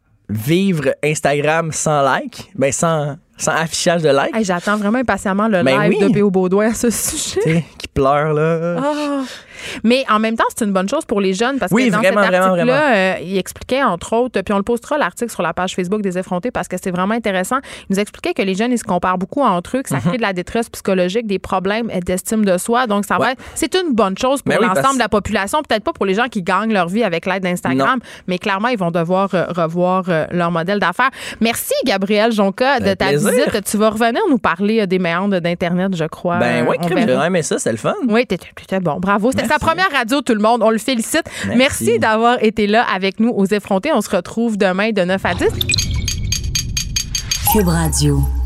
vivre Instagram sans like, ben sans, sans affichage de like, Hey, j'attends vraiment impatiemment le Ben live oui. de P O Baudouin à ce sujet. tu sais, qui pleure là. Ah. Mais en même temps, c'est une bonne chose pour les jeunes parce Oui, que dans vraiment, cet vraiment, article-là, euh, il expliquait entre autres, puis on le postera l'article sur la page Facebook des effrontés parce que c'est vraiment intéressant. Il nous expliquait que les jeunes, ils se comparent beaucoup entre eux, que ça crée de la détresse psychologique, des problèmes d'estime de soi. Donc, ça va Ouais. être, c'est une bonne chose pour Ben oui, l'ensemble parce- de la population. Peut-être pas pour les gens qui gagnent leur vie avec l'aide d'Instagram, mais clairement, ils vont devoir euh, revoir euh, leur modèle d'affaires. Merci, Gabriel Jonca, de fait ta plaisir. visite. Tu vas revenir nous parler euh, des méandres d'Internet, je crois. Ben Euh, ouais, on crime, j'ai verra. vraiment aimé ça, c'est le fun. Oui, t'étais, t'étais bon. Bravo. C'était sa Merci. première radio, tout le monde. On le félicite. Merci, Merci d'avoir été là avec nous aux effrontés. On se retrouve demain de neuf à dix. Cube Radio.